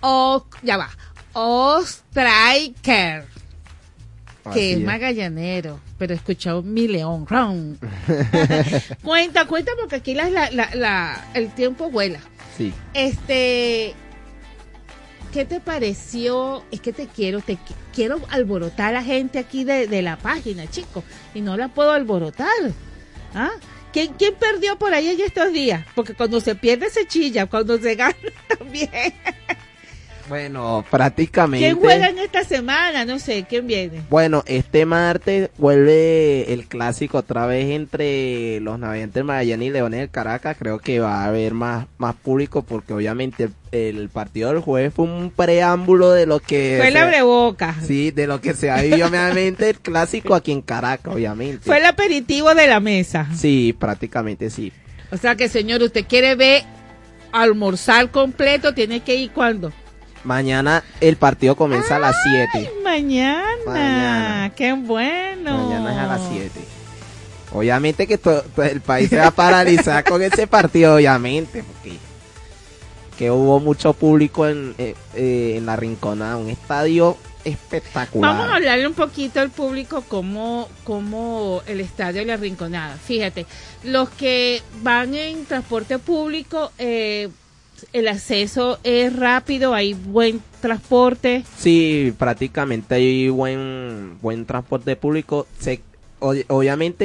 Ostriker, que es magallanero, pero escuchó mi león. Cuenta, porque aquí el tiempo vuela. Sí. ¿Qué te pareció? Es que te quiero alborotar a la gente aquí de la página, chicos, y no la puedo alborotar. ¿Quién perdió por ahí en estos días? Porque cuando se pierde se chilla, cuando se gana también. Bueno, prácticamente. ¿Quién juega en esta semana? No sé, ¿quién viene? Bueno, este martes vuelve el clásico otra vez entre los Navegantes del Magallanes y Leones del Caracas. Creo que va a haber más público porque obviamente el partido del jueves fue un preámbulo de lo que... Fue el abreboca. Sí, de lo que se ha vivido obviamente el clásico aquí en Caracas, obviamente. Fue el aperitivo de la mesa. Sí, prácticamente sí. O sea que, señor, usted quiere ver almorzar completo, tiene que ir ¿cuándo? Mañana el partido comienza a las 7. Mañana. Qué bueno. Mañana es a las 7. Obviamente que todo el país se va a paralizar con ese partido, obviamente, porque que hubo mucho público en la Rinconada, un estadio espectacular. Vamos a hablarle un poquito al público como el estadio de la Rinconada. Fíjate, los que van en transporte público, el acceso es rápido, hay buen transporte. Sí, prácticamente hay buen transporte público. Obviamente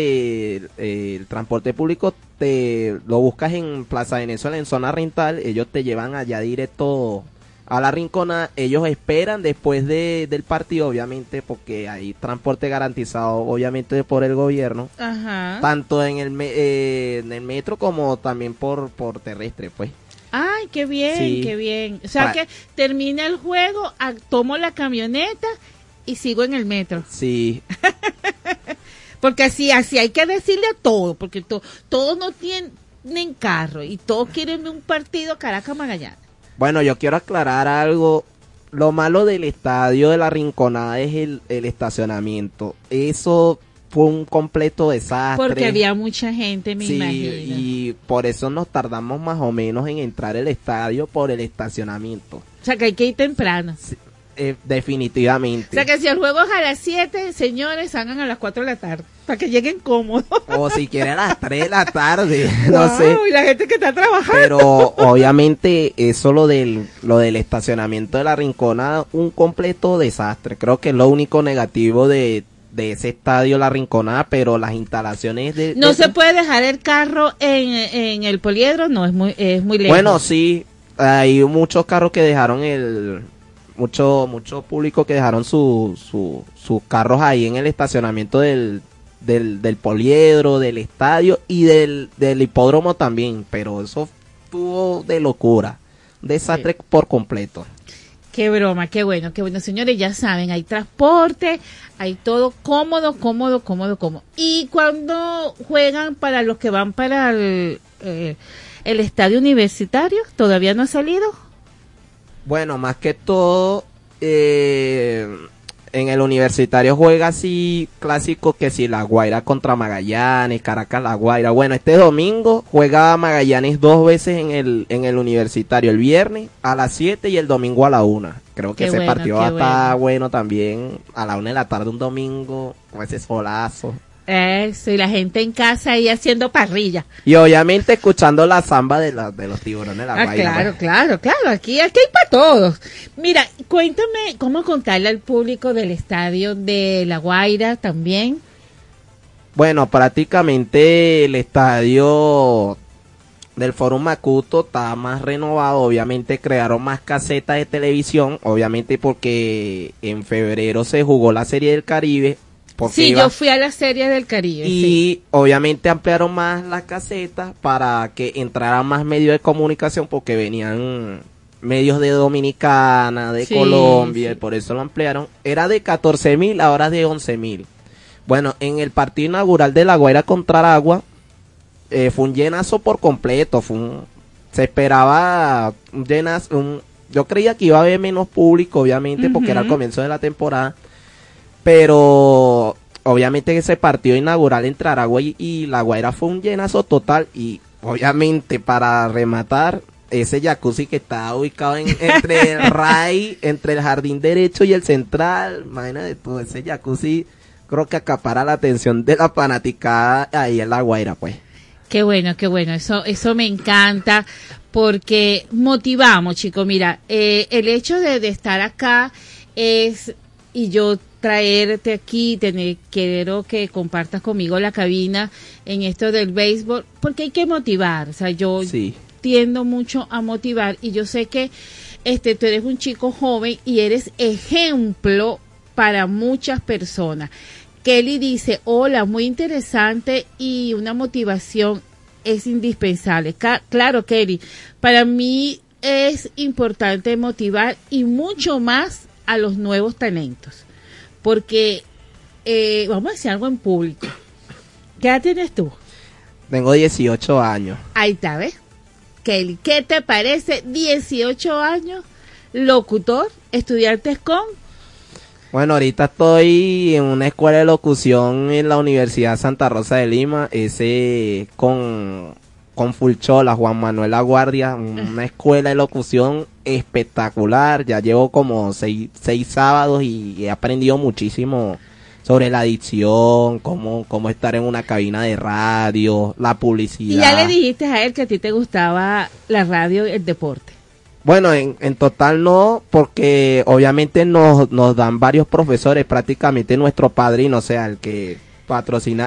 el transporte público te lo buscas en Plaza Venezuela, en zona rental, ellos te llevan allá directo a la Rincona, ellos esperan después del partido, obviamente, porque hay transporte garantizado, obviamente, por el gobierno. Ajá. Tanto en el metro como también por terrestre, pues. Ay, qué bien, sí. Qué bien. O sea que termina el juego, tomo la camioneta y sigo en el metro. Sí. Porque así hay que decirle a todo, porque todos no tienen carro y todos quieren un partido Caracas-Magallanes. Bueno, yo quiero aclarar algo. Lo malo del estadio de la Rinconada es el estacionamiento. Eso fue un completo desastre. Porque había mucha gente, me imagino. Y por eso nos tardamos más o menos en entrar al estadio por el estacionamiento. O sea que hay que ir temprano. Sí, definitivamente. O sea que si el juego es a las 7, señores, salgan a las 4 de la tarde, para que lleguen cómodos. O si quieren a las 3 de la tarde, no sé. Y la gente que está trabajando. Pero obviamente eso lo del estacionamiento de la Rinconada, un completo desastre. Creo que es lo único negativo de ese estadio La Rinconada, pero las instalaciones no se puede dejar el carro en el poliedro, no, es muy lejos. Bueno, sí, hay muchos carros que dejaron mucho público que dejaron sus carros ahí en el estacionamiento del poliedro, del estadio y del hipódromo también, pero eso estuvo de locura, desastre por completo. Qué broma, qué bueno, señores, ya saben, hay transporte, hay todo cómodo. Y cuando juegan para los que van para el estadio universitario, ¿todavía no ha salido? Bueno, más que todo, en el universitario juega así clásico que si La Guaira contra Magallanes, Caracas La Guaira. Bueno, este domingo juega Magallanes 2 veces en el universitario, el viernes a las 7 y el domingo a la 1. Creo que ese partido va a estar bueno también, a la 1 de la tarde un domingo, con ese solazo. Eso, y la gente en casa ahí haciendo parrilla. Y obviamente escuchando la samba de los tiburones de La Guaira. Claro, aquí hay para todos. Mira, cuéntame, ¿cómo contarle al público del estadio de La Guaira también? Bueno, prácticamente el estadio del Fórum Macuto está más renovado, obviamente crearon más casetas de televisión, obviamente porque en febrero se jugó la Serie del Caribe. Sí, yo fui a la Serie del Caribe. Y obviamente ampliaron más las casetas para que entraran más medios de comunicación porque venían medios de Dominicana, de Colombia, y por eso lo ampliaron. Era de 14,000, ahora de 11,000. Bueno, en el partido inaugural de La Guaira contra Aragua, fue un llenazo por completo. Se esperaba un llenazo. Yo creía que iba a haber menos público, obviamente, porque era el comienzo de la temporada. Pero obviamente ese partido inaugural entre Aragua y La Guaira fue un llenazo total. Y obviamente para rematar, ese jacuzzi que está ubicado entre el RAI, entre el jardín derecho y el central, imagínate todo ese jacuzzi, creo que acapara la atención de la fanaticada ahí en La Guaira, pues. Qué bueno, eso me encanta, porque motivamos, chicos. Mira, el hecho de estar acá es, y yo traerte aquí, quiero que compartas conmigo la cabina en esto del béisbol, porque hay que motivar, o sea, yo tiendo mucho a motivar, y yo sé que tú eres un chico joven y eres ejemplo para muchas personas. Kelly dice, hola, muy interesante y una motivación es indispensable. Claro, Kelly, para mí es importante motivar y mucho más a los nuevos talentos, porque vamos a decir algo en público. ¿Qué edad tienes tú? Tengo 18 años. Ahí está, ¿ves? Kelly, ¿qué te parece? 18 años, locutor, estudiantes con... Bueno, ahorita estoy en una escuela de locución en la Universidad Santa Rosa de Lima, con Fulchola, Juan Manuel Aguardia, una escuela de locución espectacular. Ya llevo como seis sábados y he aprendido muchísimo sobre la dicción, cómo estar en una cabina de radio, la publicidad. Y ya le dijiste a él que a ti te gustaba la radio y el deporte. Bueno, en total no, porque obviamente nos dan varios profesores, prácticamente nuestro padrino, o sea, el que patrocina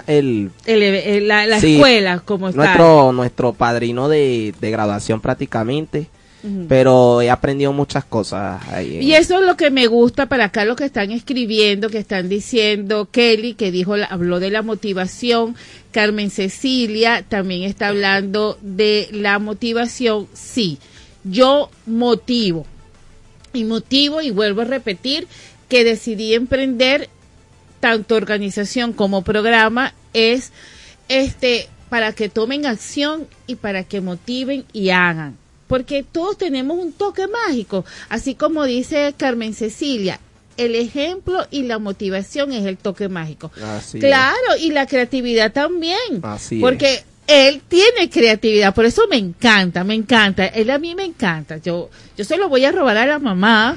la sí, escuela, como está. Nuestro padrino de graduación prácticamente, pero he aprendido muchas cosas ahí. Y eso es lo que me gusta para acá, lo que están escribiendo, que están diciendo, Kelly, que habló de la motivación, Carmen Cecilia también está hablando de la motivación, sí. Yo motivo y vuelvo a repetir que decidí emprender tanto organización como programa es para que tomen acción y para que motiven y hagan, porque todos tenemos un toque mágico, así como dice Carmen Cecilia, el ejemplo y la motivación es el toque mágico. Así claro, es. Y la creatividad también, así porque es. Él tiene creatividad, por eso me encanta, él a mí me encanta, yo se lo voy a robar a la mamá,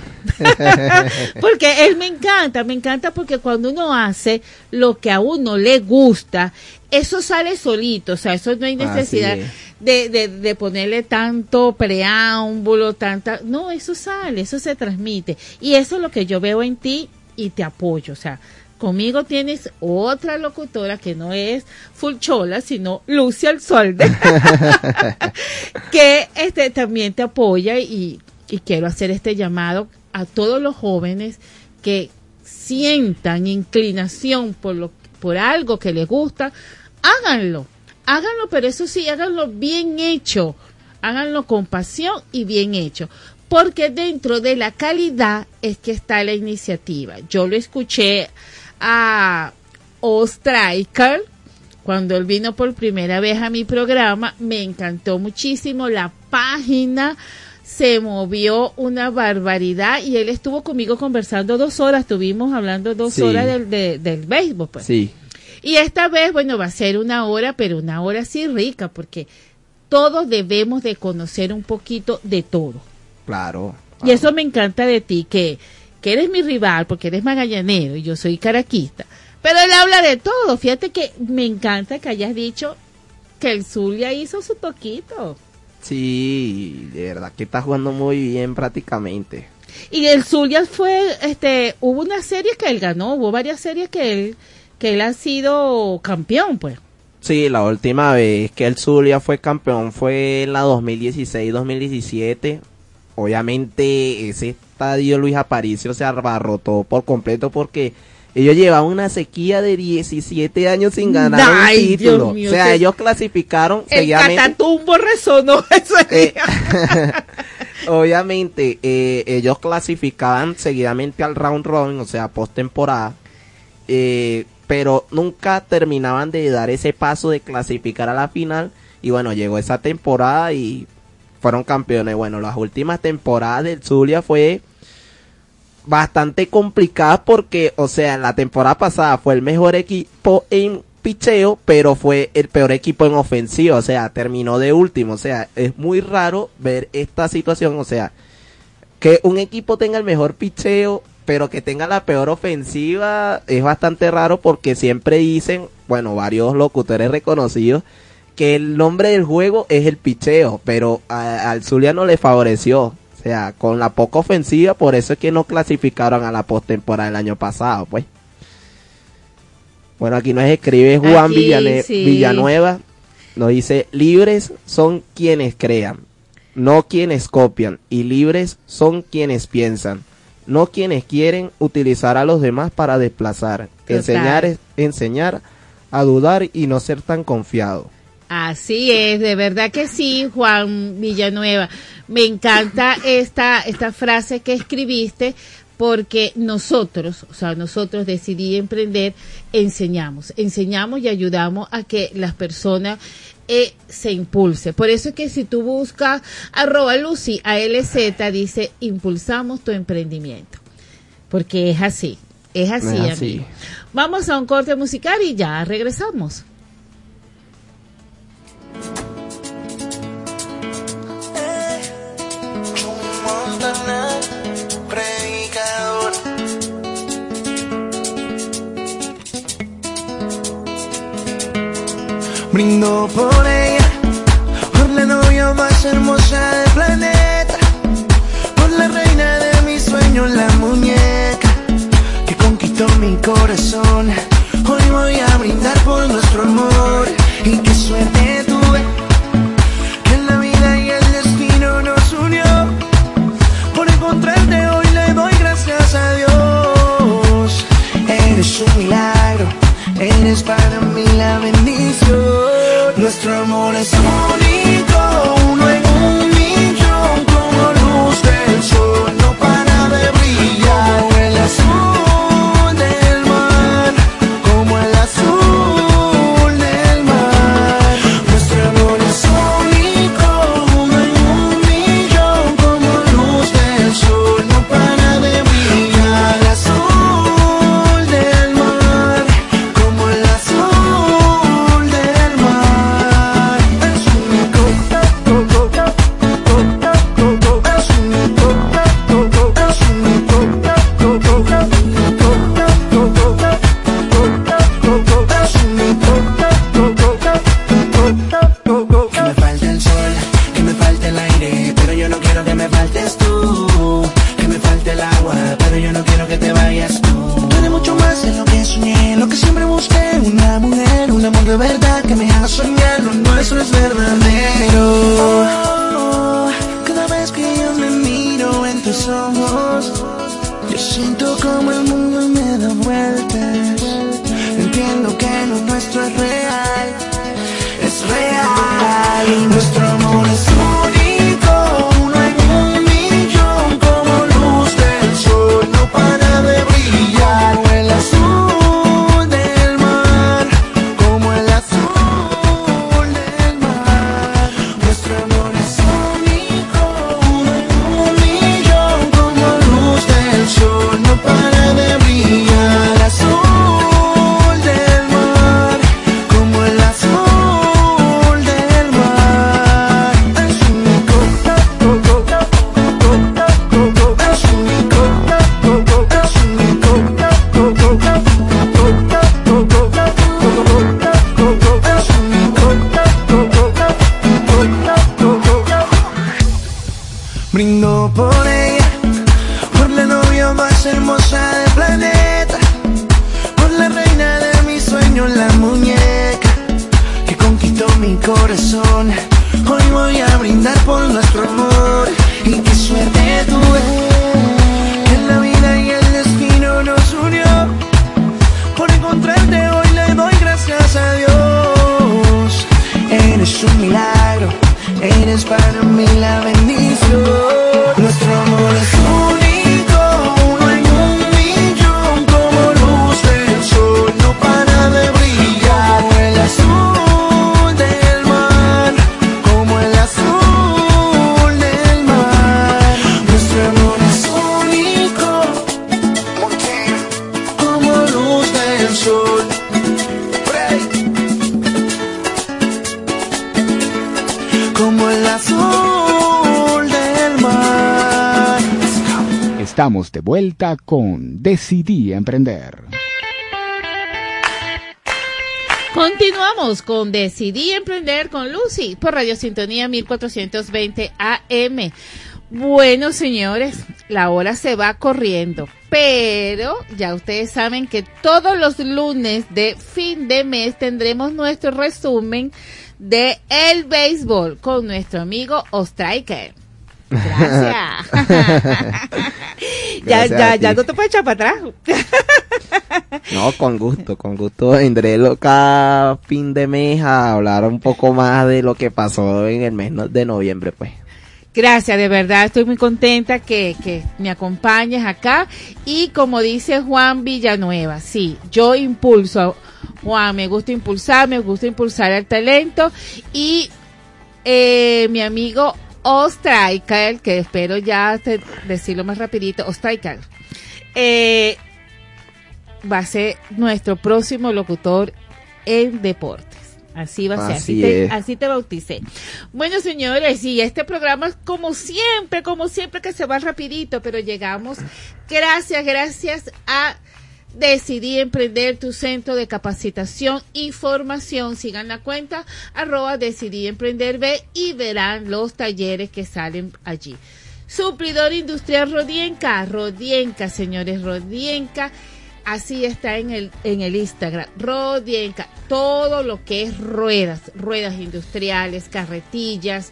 porque él me encanta porque cuando uno hace lo que a uno le gusta, eso sale solito, o sea, eso no hay necesidad de ponerle tanto preámbulo, no, eso sale, eso se transmite, y eso es lo que yo veo en ti y te apoyo, o sea, conmigo tienes otra locutora que no es Fulchola, sino Lucia Alzolde, que también te apoya y quiero hacer este llamado a todos los jóvenes que sientan inclinación por algo que les gusta, háganlo, pero eso sí, háganlo bien hecho, háganlo con pasión y bien hecho. Porque dentro de la calidad es que está la iniciativa. Yo lo escuché a Ostriker cuando él vino por primera vez a mi programa, me encantó muchísimo, la página se movió una barbaridad y él estuvo conmigo conversando 2 horas, estuvimos hablando 2 horas del béisbol, pues. Sí. Y esta vez, bueno, va a ser 1 hora, pero 1 hora sí rica, porque todos debemos de conocer un poquito de todo. Claro. Y eso me encanta de ti, que eres mi rival porque eres magallanero y yo soy caraquista. Pero él habla de todo. Fíjate que me encanta que hayas dicho que el Zulia hizo su toquito. Sí, de verdad que está jugando muy bien prácticamente. Y el Zulia hubo una serie que él ganó, hubo varias series que él ha sido campeón, pues. Sí, la última vez que el Zulia fue campeón fue en la 2016-2017. Obviamente ese estadio Luis Aparicio se abarrotó por completo porque ellos llevaban una sequía de 17 años sin ganar un título. Dios mío, o sea, ellos clasificaron seguidamente. El Catatumbo resonó ese día. Obviamente ellos clasificaban seguidamente al round robin, o sea, postemporada, pero nunca terminaban de dar ese paso de clasificar a la final. Y bueno, llegó esa temporada y fueron campeones. Bueno, las últimas temporadas del Zulia fue bastante complicada porque, o sea, la temporada pasada fue el mejor equipo en picheo, pero fue el peor equipo en ofensiva, o sea, terminó de último. O sea, es muy raro ver esta situación, o sea, que un equipo tenga el mejor picheo, pero que tenga la peor ofensiva, es bastante raro porque siempre dicen, bueno, varios locutores reconocidos, que el nombre del juego es el picheo, pero al Zulia no le favoreció, o sea, con la poca ofensiva, por eso es que no clasificaron a la postemporada del año pasado, pues. Bueno, aquí nos escribe Juan Villanueva, nos dice, libres son quienes crean. no quienes copian, y libres son quienes piensan, no quienes quieren utilizar a los demás para desplazar. Enseñar a dudar y no ser tan confiado. Así es, de verdad que sí, Juan Villanueva. Me encanta esta frase que escribiste, porque nosotros Decidí Emprender, enseñamos y ayudamos a que las personas se impulse. Por eso es que si tú buscas @Lucy ALZ, dice impulsamos tu emprendimiento, porque es así, amigo. Vamos a un corte musical y ya regresamos. Brindo por ella, por la novia más hermosa del planeta, por la reina de mis sueños, la muñeca que conquistó mi corazón. Hoy voy a brindar por nuestro amor, y qué suerte tuve que la vida y el destino nos unió. Por encontrarte hoy le doy gracias a Dios. Eres un milagro, eres para mí la bendición. Nuestro amor es único, uno en un millón, como luz del sol, no para de brillar. Como el azul del mar, como el azul del mar. Nuestro amor es único, uno en un millón, como luz del sol, no para de brillar. El azul del mar, como el azul del mar. Es único, es único, es único, que me falte el sol, que me falte el aire, pero yo no quiero que me faltes tú. Que me falte el agua, pero yo no quiero que te vayas tú. Tú eres mucho más de lo que soñé, lo que siempre busqué. Una mujer, un amor de verdad que me haga soñar. Lo nuestro es verdadero. Cada vez que yo me miro en tus ojos, yo siento como el mundo me da vueltas. Entiendo que lo nuestro es real, es real. Y nuestro amor es único, uno en un millón, como luz del sol, no para de brillar. Como el azul del mar, como el azul del mar. Nuestro amor es único, uno en un millón, como luz del sol, no para de brillar. El azul del mar, como el azul del mar. Es único, es único, es único, brindo por ella, por la novia más hermosa del planeta, por la reina de mis sueños, la muñeca que conquistó mi corazón. Hoy voy a brindar por nuestro amor, y qué suerte tuve que la vida y el destino nos unió. Por encontrarte hoy le doy gracias a Dios. Eres un milagro, eres para mí la bendición. Nuestro amor es único, uno en un millón, como luz del sol, no para de brillar. Como el azul del mar, como el azul del mar. Nuestro amor es único, como luz del sol. Como el azul del mar. Estamos de vuelta con Decidí Emprender. Continuamos con Decidí Emprender con Lucy por Radio Sintonía 1420 AM. Bueno, señores, la hora se va corriendo, pero ya ustedes saben que todos los lunes de fin de mes tendremos nuestro resumen de el béisbol con nuestro amigo Ostriker. Gracias. ya no te puedes echar para atrás. No, con gusto vendré cada fin de mes a hablar un poco más de lo que pasó en el mes de noviembre, pues. Gracias, de verdad, estoy muy contenta que me acompañes acá. Y como dice Juan Villanueva, sí, yo impulso, Juan, me gusta impulsar el talento. Y mi amigo Ostriker, que espero ya decirlo más rapidito, Ostriker, va a ser nuestro próximo locutor en deportes. Así va a ser, así te bauticé. Bueno, señores, y este programa es como siempre que se va rapidito, pero llegamos gracias a Decidí Emprender, tu centro de capacitación y formación. Sigan la cuenta @Decidí Emprender B y verán los talleres que salen allí. Suplidor industrial Rodienca, señores, Rodienca. Así está en el Instagram, Rodienca, todo lo que es ruedas industriales, carretillas,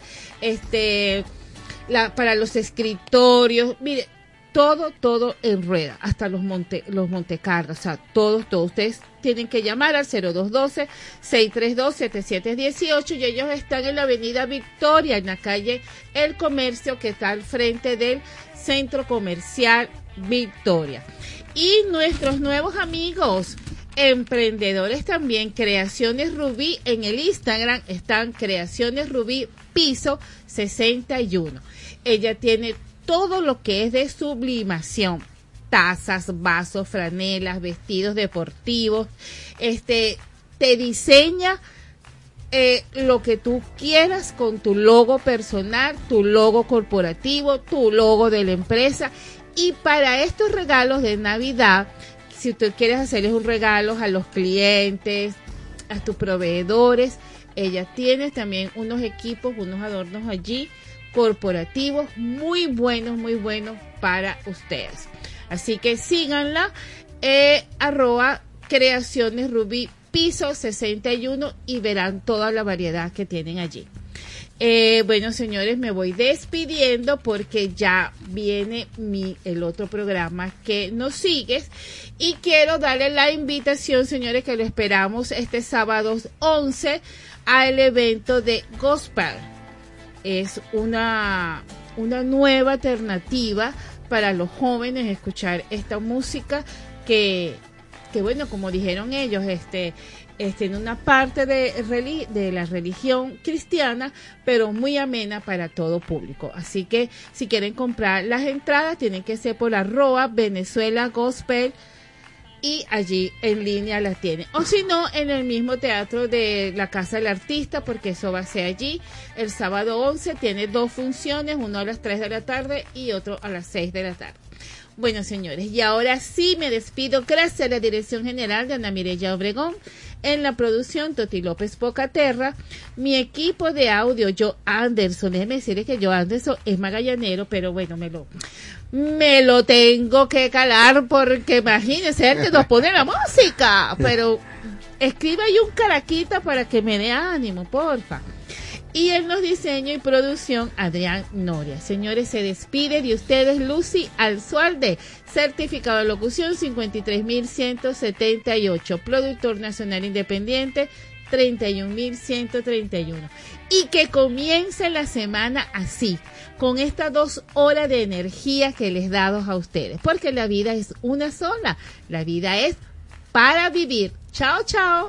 para los escritorios, mire, todo en rueda, hasta los montecargas, o sea, todo, ustedes tienen que llamar al 0212-632-7718 y ellos están en la avenida Victoria, en la calle El Comercio, que está al frente del Centro Comercial Victoria. Y nuestros nuevos amigos emprendedores también, Creaciones Rubí, en el Instagram están Creaciones Rubí piso 61. Ella tiene todo lo que es de sublimación, tazas, vasos, franelas, vestidos deportivos, te diseña lo que tú quieras con tu logo personal, tu logo corporativo, tu logo de la empresa. Y para estos regalos de Navidad, si tú quieres hacerles un regalo a los clientes, a tus proveedores, ella tiene también unos equipos, unos adornos allí corporativos muy buenos para ustedes. Así que síganla, @Creaciones Rubí piso 61 y verán toda la variedad que tienen allí. Bueno, señores, me voy despidiendo porque ya viene el otro programa que nos sigues y quiero darle la invitación, señores, que lo esperamos este sábado 11 al evento de Gospel. Es una nueva alternativa para los jóvenes escuchar esta música que bueno, como dijeron ellos, en una parte de la religión cristiana, pero muy amena para todo público. Así que si quieren comprar las entradas, tienen que ser por @Venezuela Gospel y allí en línea las tienen. O si no, en el mismo teatro de la Casa del Artista, porque eso va a ser allí. El sábado 11 tiene 2 funciones, uno a las 3 de la tarde y otro a las 6 de la tarde. Bueno, señores, y ahora sí me despido. Gracias a la Dirección General de Ana Mireya Obregón, en la producción Toti López Pocaterra, mi equipo de audio, yo Anderson. Déjeme decirles que yo Anderson es magallanero, pero bueno, me lo tengo que calar porque imagínense, él que nos pone la música, pero escriba ahí un caraquita para que me dé ánimo, porfa. Y en los diseños y producción, Adrián Noria. Señores, se despide de ustedes Lucy Alzualde, certificado de locución 53.178, productor nacional independiente 31.131. Y que comience la semana así, con estas 2 horas de energía que les dado a ustedes, porque la vida es una sola, la vida es para vivir. Chao, chao.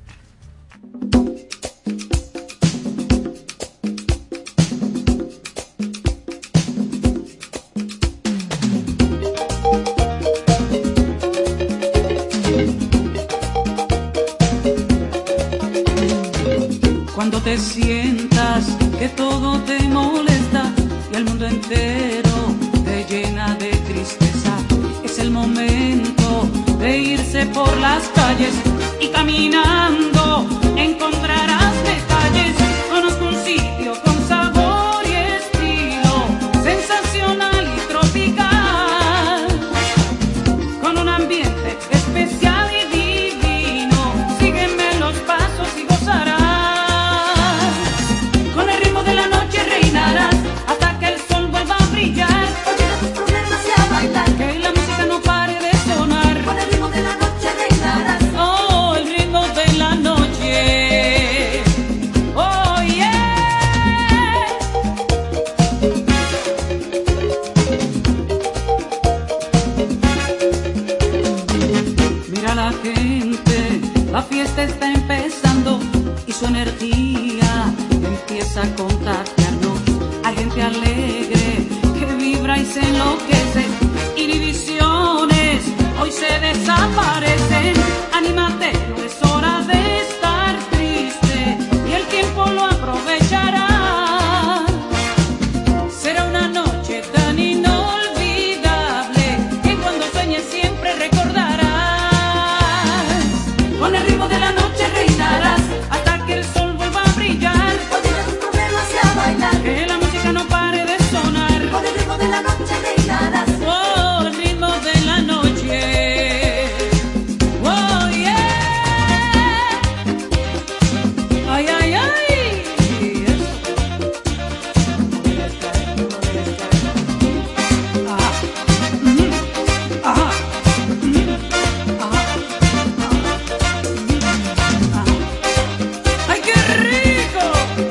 Cuando te sientas que todo te molesta y el mundo entero te llena de tristeza, es el momento de irse por las calles y caminando encontrarás detalles. Conozco un sitio con sabor y estilo, sensacional y tropical, con un ambiente especial y divino. Sígueme los pasos y gozarás. La fiesta está empezando y su energía empieza a contagiarnos. Hay gente alegre que vibra y se enloquece. Inhibiciones hoy se desaparecen. Anímate, no es hora de estar triste y el tiempo lo aprovechará. Será una noche tan inolvidable que cuando sueñes siempre recordarás. Con el ritmo de la noche reinarás hasta que el sol vuelva a brillar. Olvida tus problemas y a bailar. Que la música no pare de sonar. Con el ritmo de la noche reinarás. Oh, el ritmo de la noche. Oh, yeah. Ay, ay, ay. Ajá. Ajá. ¡Ay, qué rico!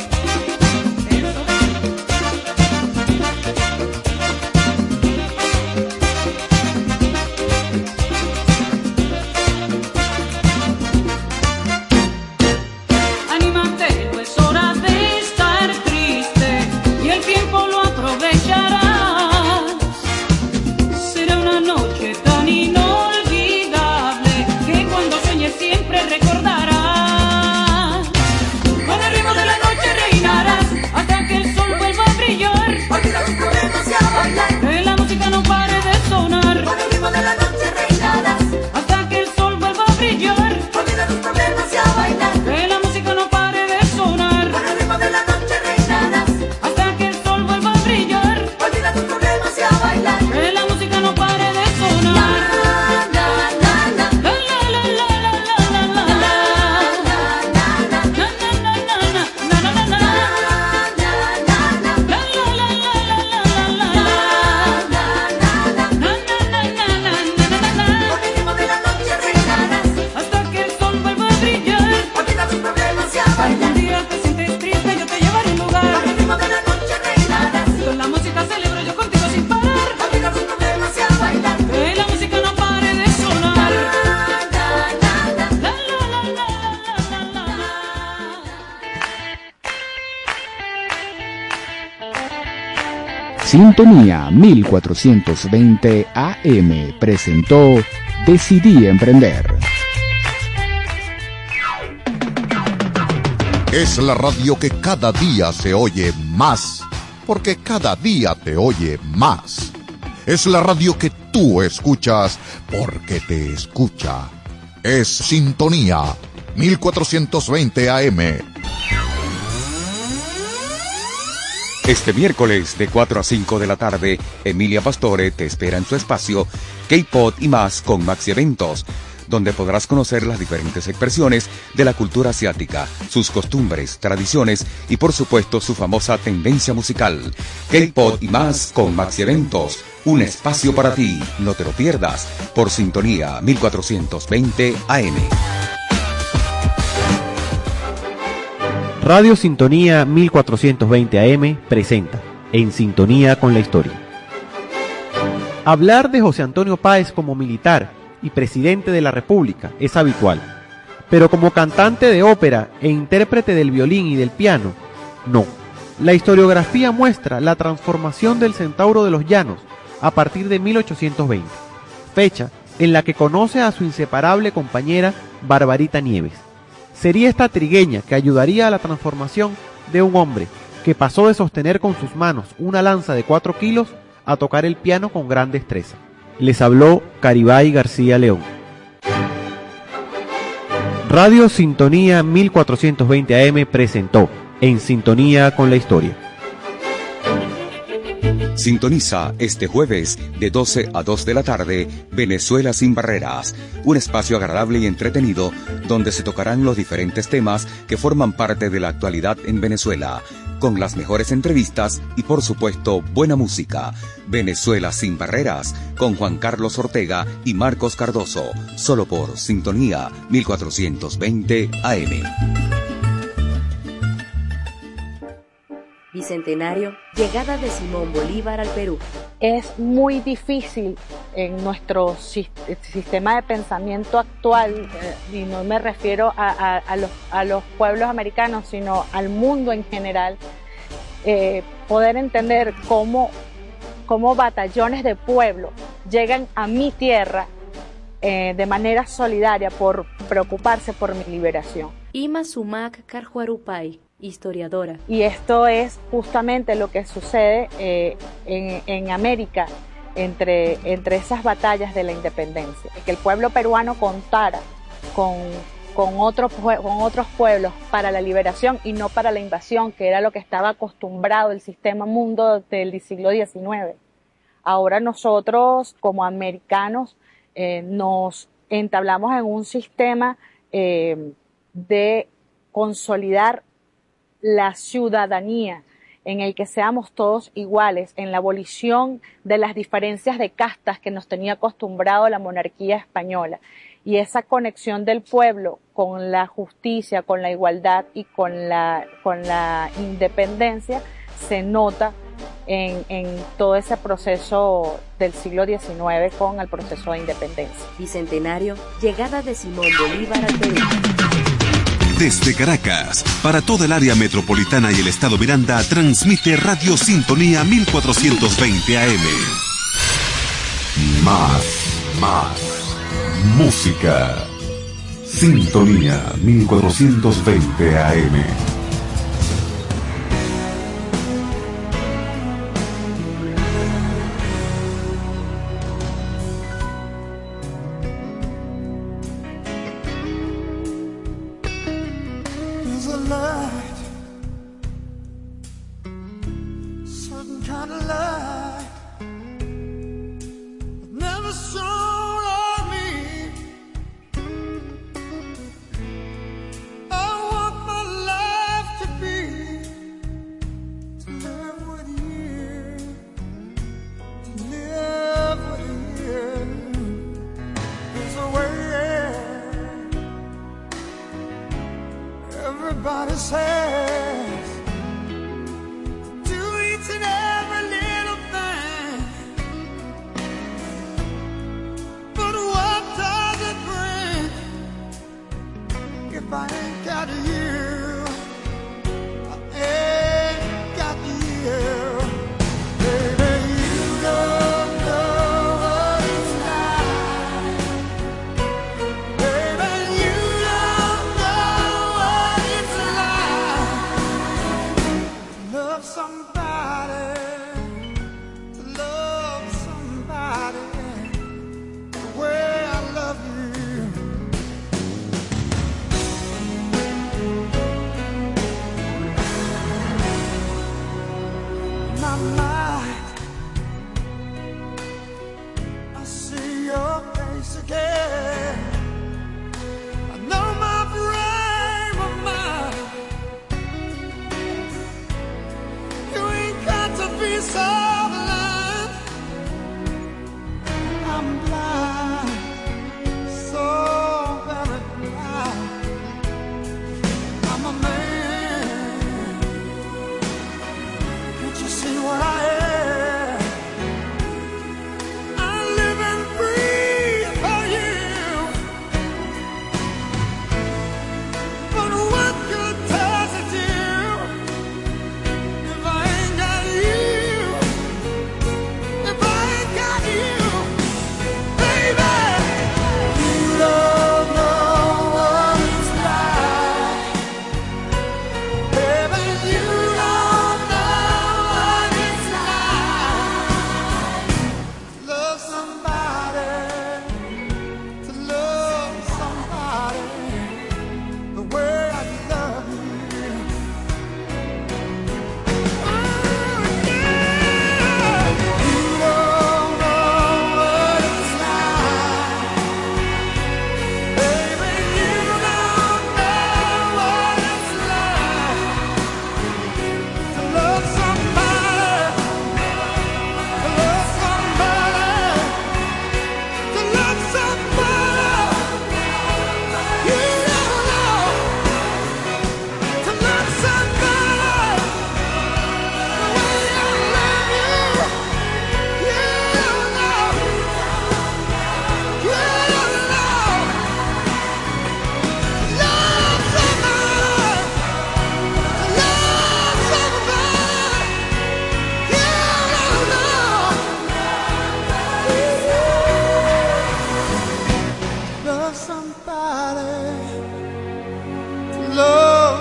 Anímate, no es hora de estar triste y el tiempo lo aprovecharás. Será una noche tan inolvidable que cuando sueñes siempre recordarás. Con el ritmo de la noche reinarás hasta que el sol vuelva a brillar. Olvida tus problemas y a bailar. Que la música no pare de sonar. Con el ritmo de la noche reinarás. Hasta que el sol vuelva a brillar. Olvida tus problemas y a bailar. Que la música no pare de sonar. Con el ritmo de la noche reinarás. Hasta que el sol vuelva a brillar. Olvida tus problemas y a bailar. Que la música no pare de sonar. Na, na, na. La, la, la, la, la, la, la, la. Con el ritmo de la noche reinarás. Hasta que el sol vuelva a brillar. Olvida tus problemas y a bailar. Un día te sientes triste, yo te llevaré a un lugar. Con el ritmo de la noche reinarás. Con la música celebro yo contigo sin parar. Olvida tus problemas y a bailar. Que la música no pare de sonar. La, la, la, la, la, la, la. Sintonía 1420 AM presentó Decidí Emprender. Es la radio que cada día se oye más, porque cada día te oye más. Es la radio que tú escuchas, porque te escucha. Es Sintonía 1420 AM. Este miércoles de 4 a 5 de la tarde, Emilia Pastore te espera en su espacio K-Pod y más con Maxi Eventos, donde podrás conocer las diferentes expresiones de la cultura asiática, sus costumbres, tradiciones y por supuesto su famosa tendencia musical. K-Pod y más con Maxi Eventos, un espacio para ti, no te lo pierdas, por Sintonía 1420 AM. Radio Sintonía 1420 AM presenta En Sintonía con la Historia. Hablar de José Antonio Páez como militar y presidente de la República es habitual, pero como cantante de ópera e intérprete del violín y del piano, no. La historiografía muestra la transformación del Centauro de los Llanos a partir de 1820, fecha en la que conoce a su inseparable compañera Barbarita Nieves. Sería esta trigueña que ayudaría a la transformación de un hombre que pasó de sostener con sus manos una lanza de 4 kilos a tocar el piano con gran destreza. Les habló Caribay García León. Radio Sintonía 1420 AM presentó En Sintonía con la Historia. Sintoniza este jueves de 12 a 2 de la tarde Venezuela sin barreras, un espacio agradable y entretenido donde se tocarán los diferentes temas que forman parte de la actualidad en Venezuela, con las mejores entrevistas y por supuesto buena música. Venezuela sin barreras con Juan Carlos Ortega y Marcos Cardoso, solo por Sintonía 1420 AM. Bicentenario, llegada de Simón Bolívar al Perú. Es muy difícil en nuestro sistema de pensamiento actual, y no me refiero a los pueblos americanos, sino al mundo en general, poder entender cómo batallones de pueblo llegan a mi tierra de manera solidaria por preocuparse por mi liberación. Ima Sumac Carjuarupay, historiadora. Y esto es justamente lo que sucede en América entre esas batallas de la independencia. Que el pueblo peruano contara con otros pueblos para la liberación y no para la invasión, que era lo que estaba acostumbrado el sistema mundo del siglo XIX. Ahora nosotros, como americanos, nos entablamos en un sistema de consolidar la ciudadanía, en el que seamos todos iguales, en la abolición de las diferencias de castas que nos tenía acostumbrado la monarquía española, y esa conexión del pueblo con la justicia, con la igualdad y con la independencia se nota en todo ese proceso del siglo XIX con el proceso de independencia. Bicentenario, llegada de Simón Bolívar al Perú. Desde Caracas, para toda el área metropolitana y el estado Miranda, transmite Radio Sintonía 1420 AM. Más música. Sintonía 1420 AM. Everybody says, do each and every little thing, but what does it bring if I ain't got you? I ain't got you. Baby, you don't know what it's like. Baby, you don't know what it's like to love somebody, to love somebody the way I love you.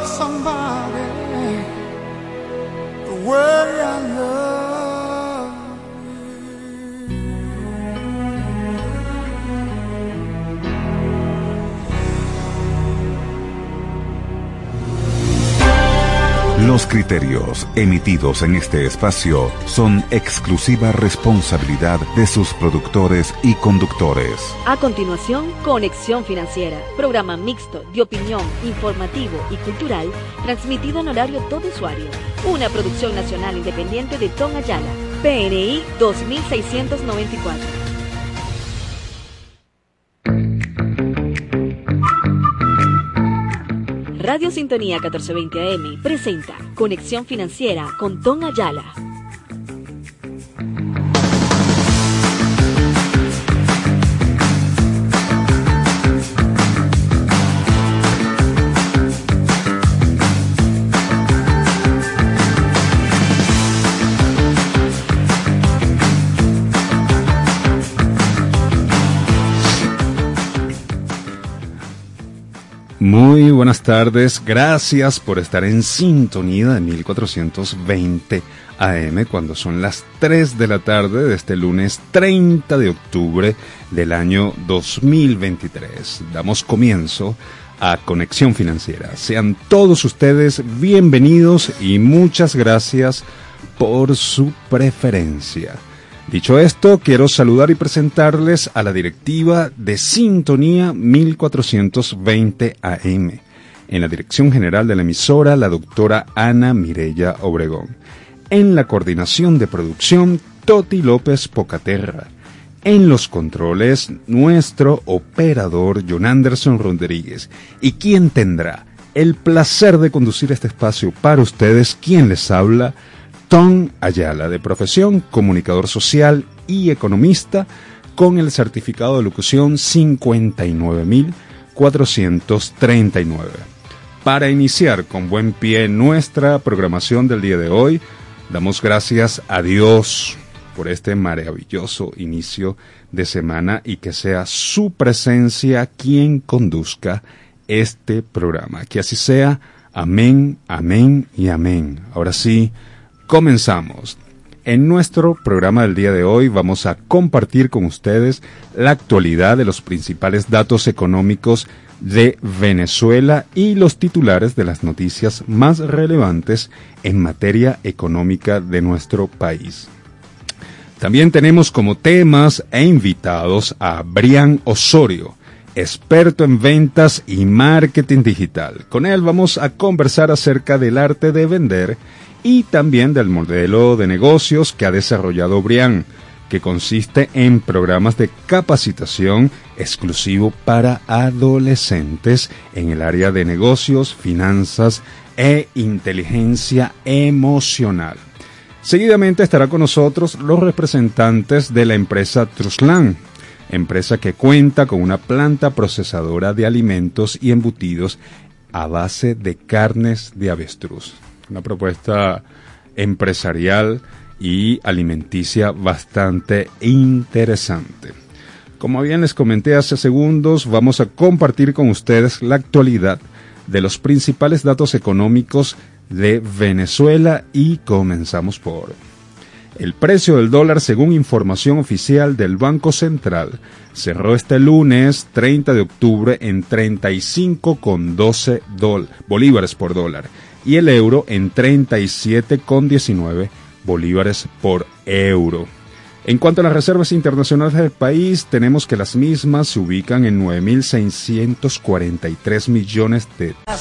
love somebody the way I love Los criterios emitidos en este espacio son exclusiva responsabilidad de sus productores y conductores. A continuación, Conexión Financiera, programa mixto de opinión, informativo y cultural, transmitido en horario todo usuario. Una producción nacional independiente de Tom Ayala, PNI 2694. Radio Sintonía 1420 AM presenta Conexión Financiera con Tom Ayala. Muy buenas tardes, gracias por estar en sintonía de 1420 AM cuando son las 3 de la tarde de este lunes 30 de octubre del año 2023. Damos comienzo a Conexión Financiera. Sean todos ustedes bienvenidos y muchas gracias por su preferencia. Dicho esto, quiero saludar y presentarles a la directiva de Sintonía 1420 AM. En la dirección general de la emisora, la doctora Ana Mireya Obregón. En la coordinación de producción, Toti López Pocaterra. En los controles, nuestro operador, John Anderson Rodríguez. ¿Y quién tendrá el placer de conducir este espacio para ustedes? ¿Quién les habla? Tom Ayala, de profesión, comunicador social y economista, con el certificado de locución 59439. Para iniciar con buen pie nuestra programación del día de hoy, damos gracias a Dios por este maravilloso inicio de semana y que sea su presencia quien conduzca este programa. Que así sea. Amén, amén y amén. Ahora sí, comenzamos. En nuestro programa del día de hoy vamos a compartir con ustedes la actualidad de los principales datos económicos de Venezuela y los titulares de las noticias más relevantes en materia económica de nuestro país. También tenemos como temas e invitados a Brian Osorio, experto en ventas y marketing digital. Con él vamos a conversar acerca del arte de vender y también del modelo de negocios que ha desarrollado Brian, que consiste en programas de capacitación exclusivo para adolescentes en el área de negocios, finanzas e inteligencia emocional. Seguidamente estará con nosotros los representantes de la empresa Truslan, empresa que cuenta con una planta procesadora de alimentos y embutidos a base de carnes de avestruz. Una propuesta empresarial y alimenticia bastante interesante. Como bien les comenté hace segundos, vamos a compartir con ustedes la actualidad de los principales datos económicos de Venezuela y comenzamos por el precio del dólar. Según información oficial del Banco Central, cerró este lunes 30 de octubre en 35,12 bolívares por dólar y el euro en 37,19 bolívares por euro. En cuanto a las reservas internacionales del país, tenemos que las mismas se ubican en 9.643 millones de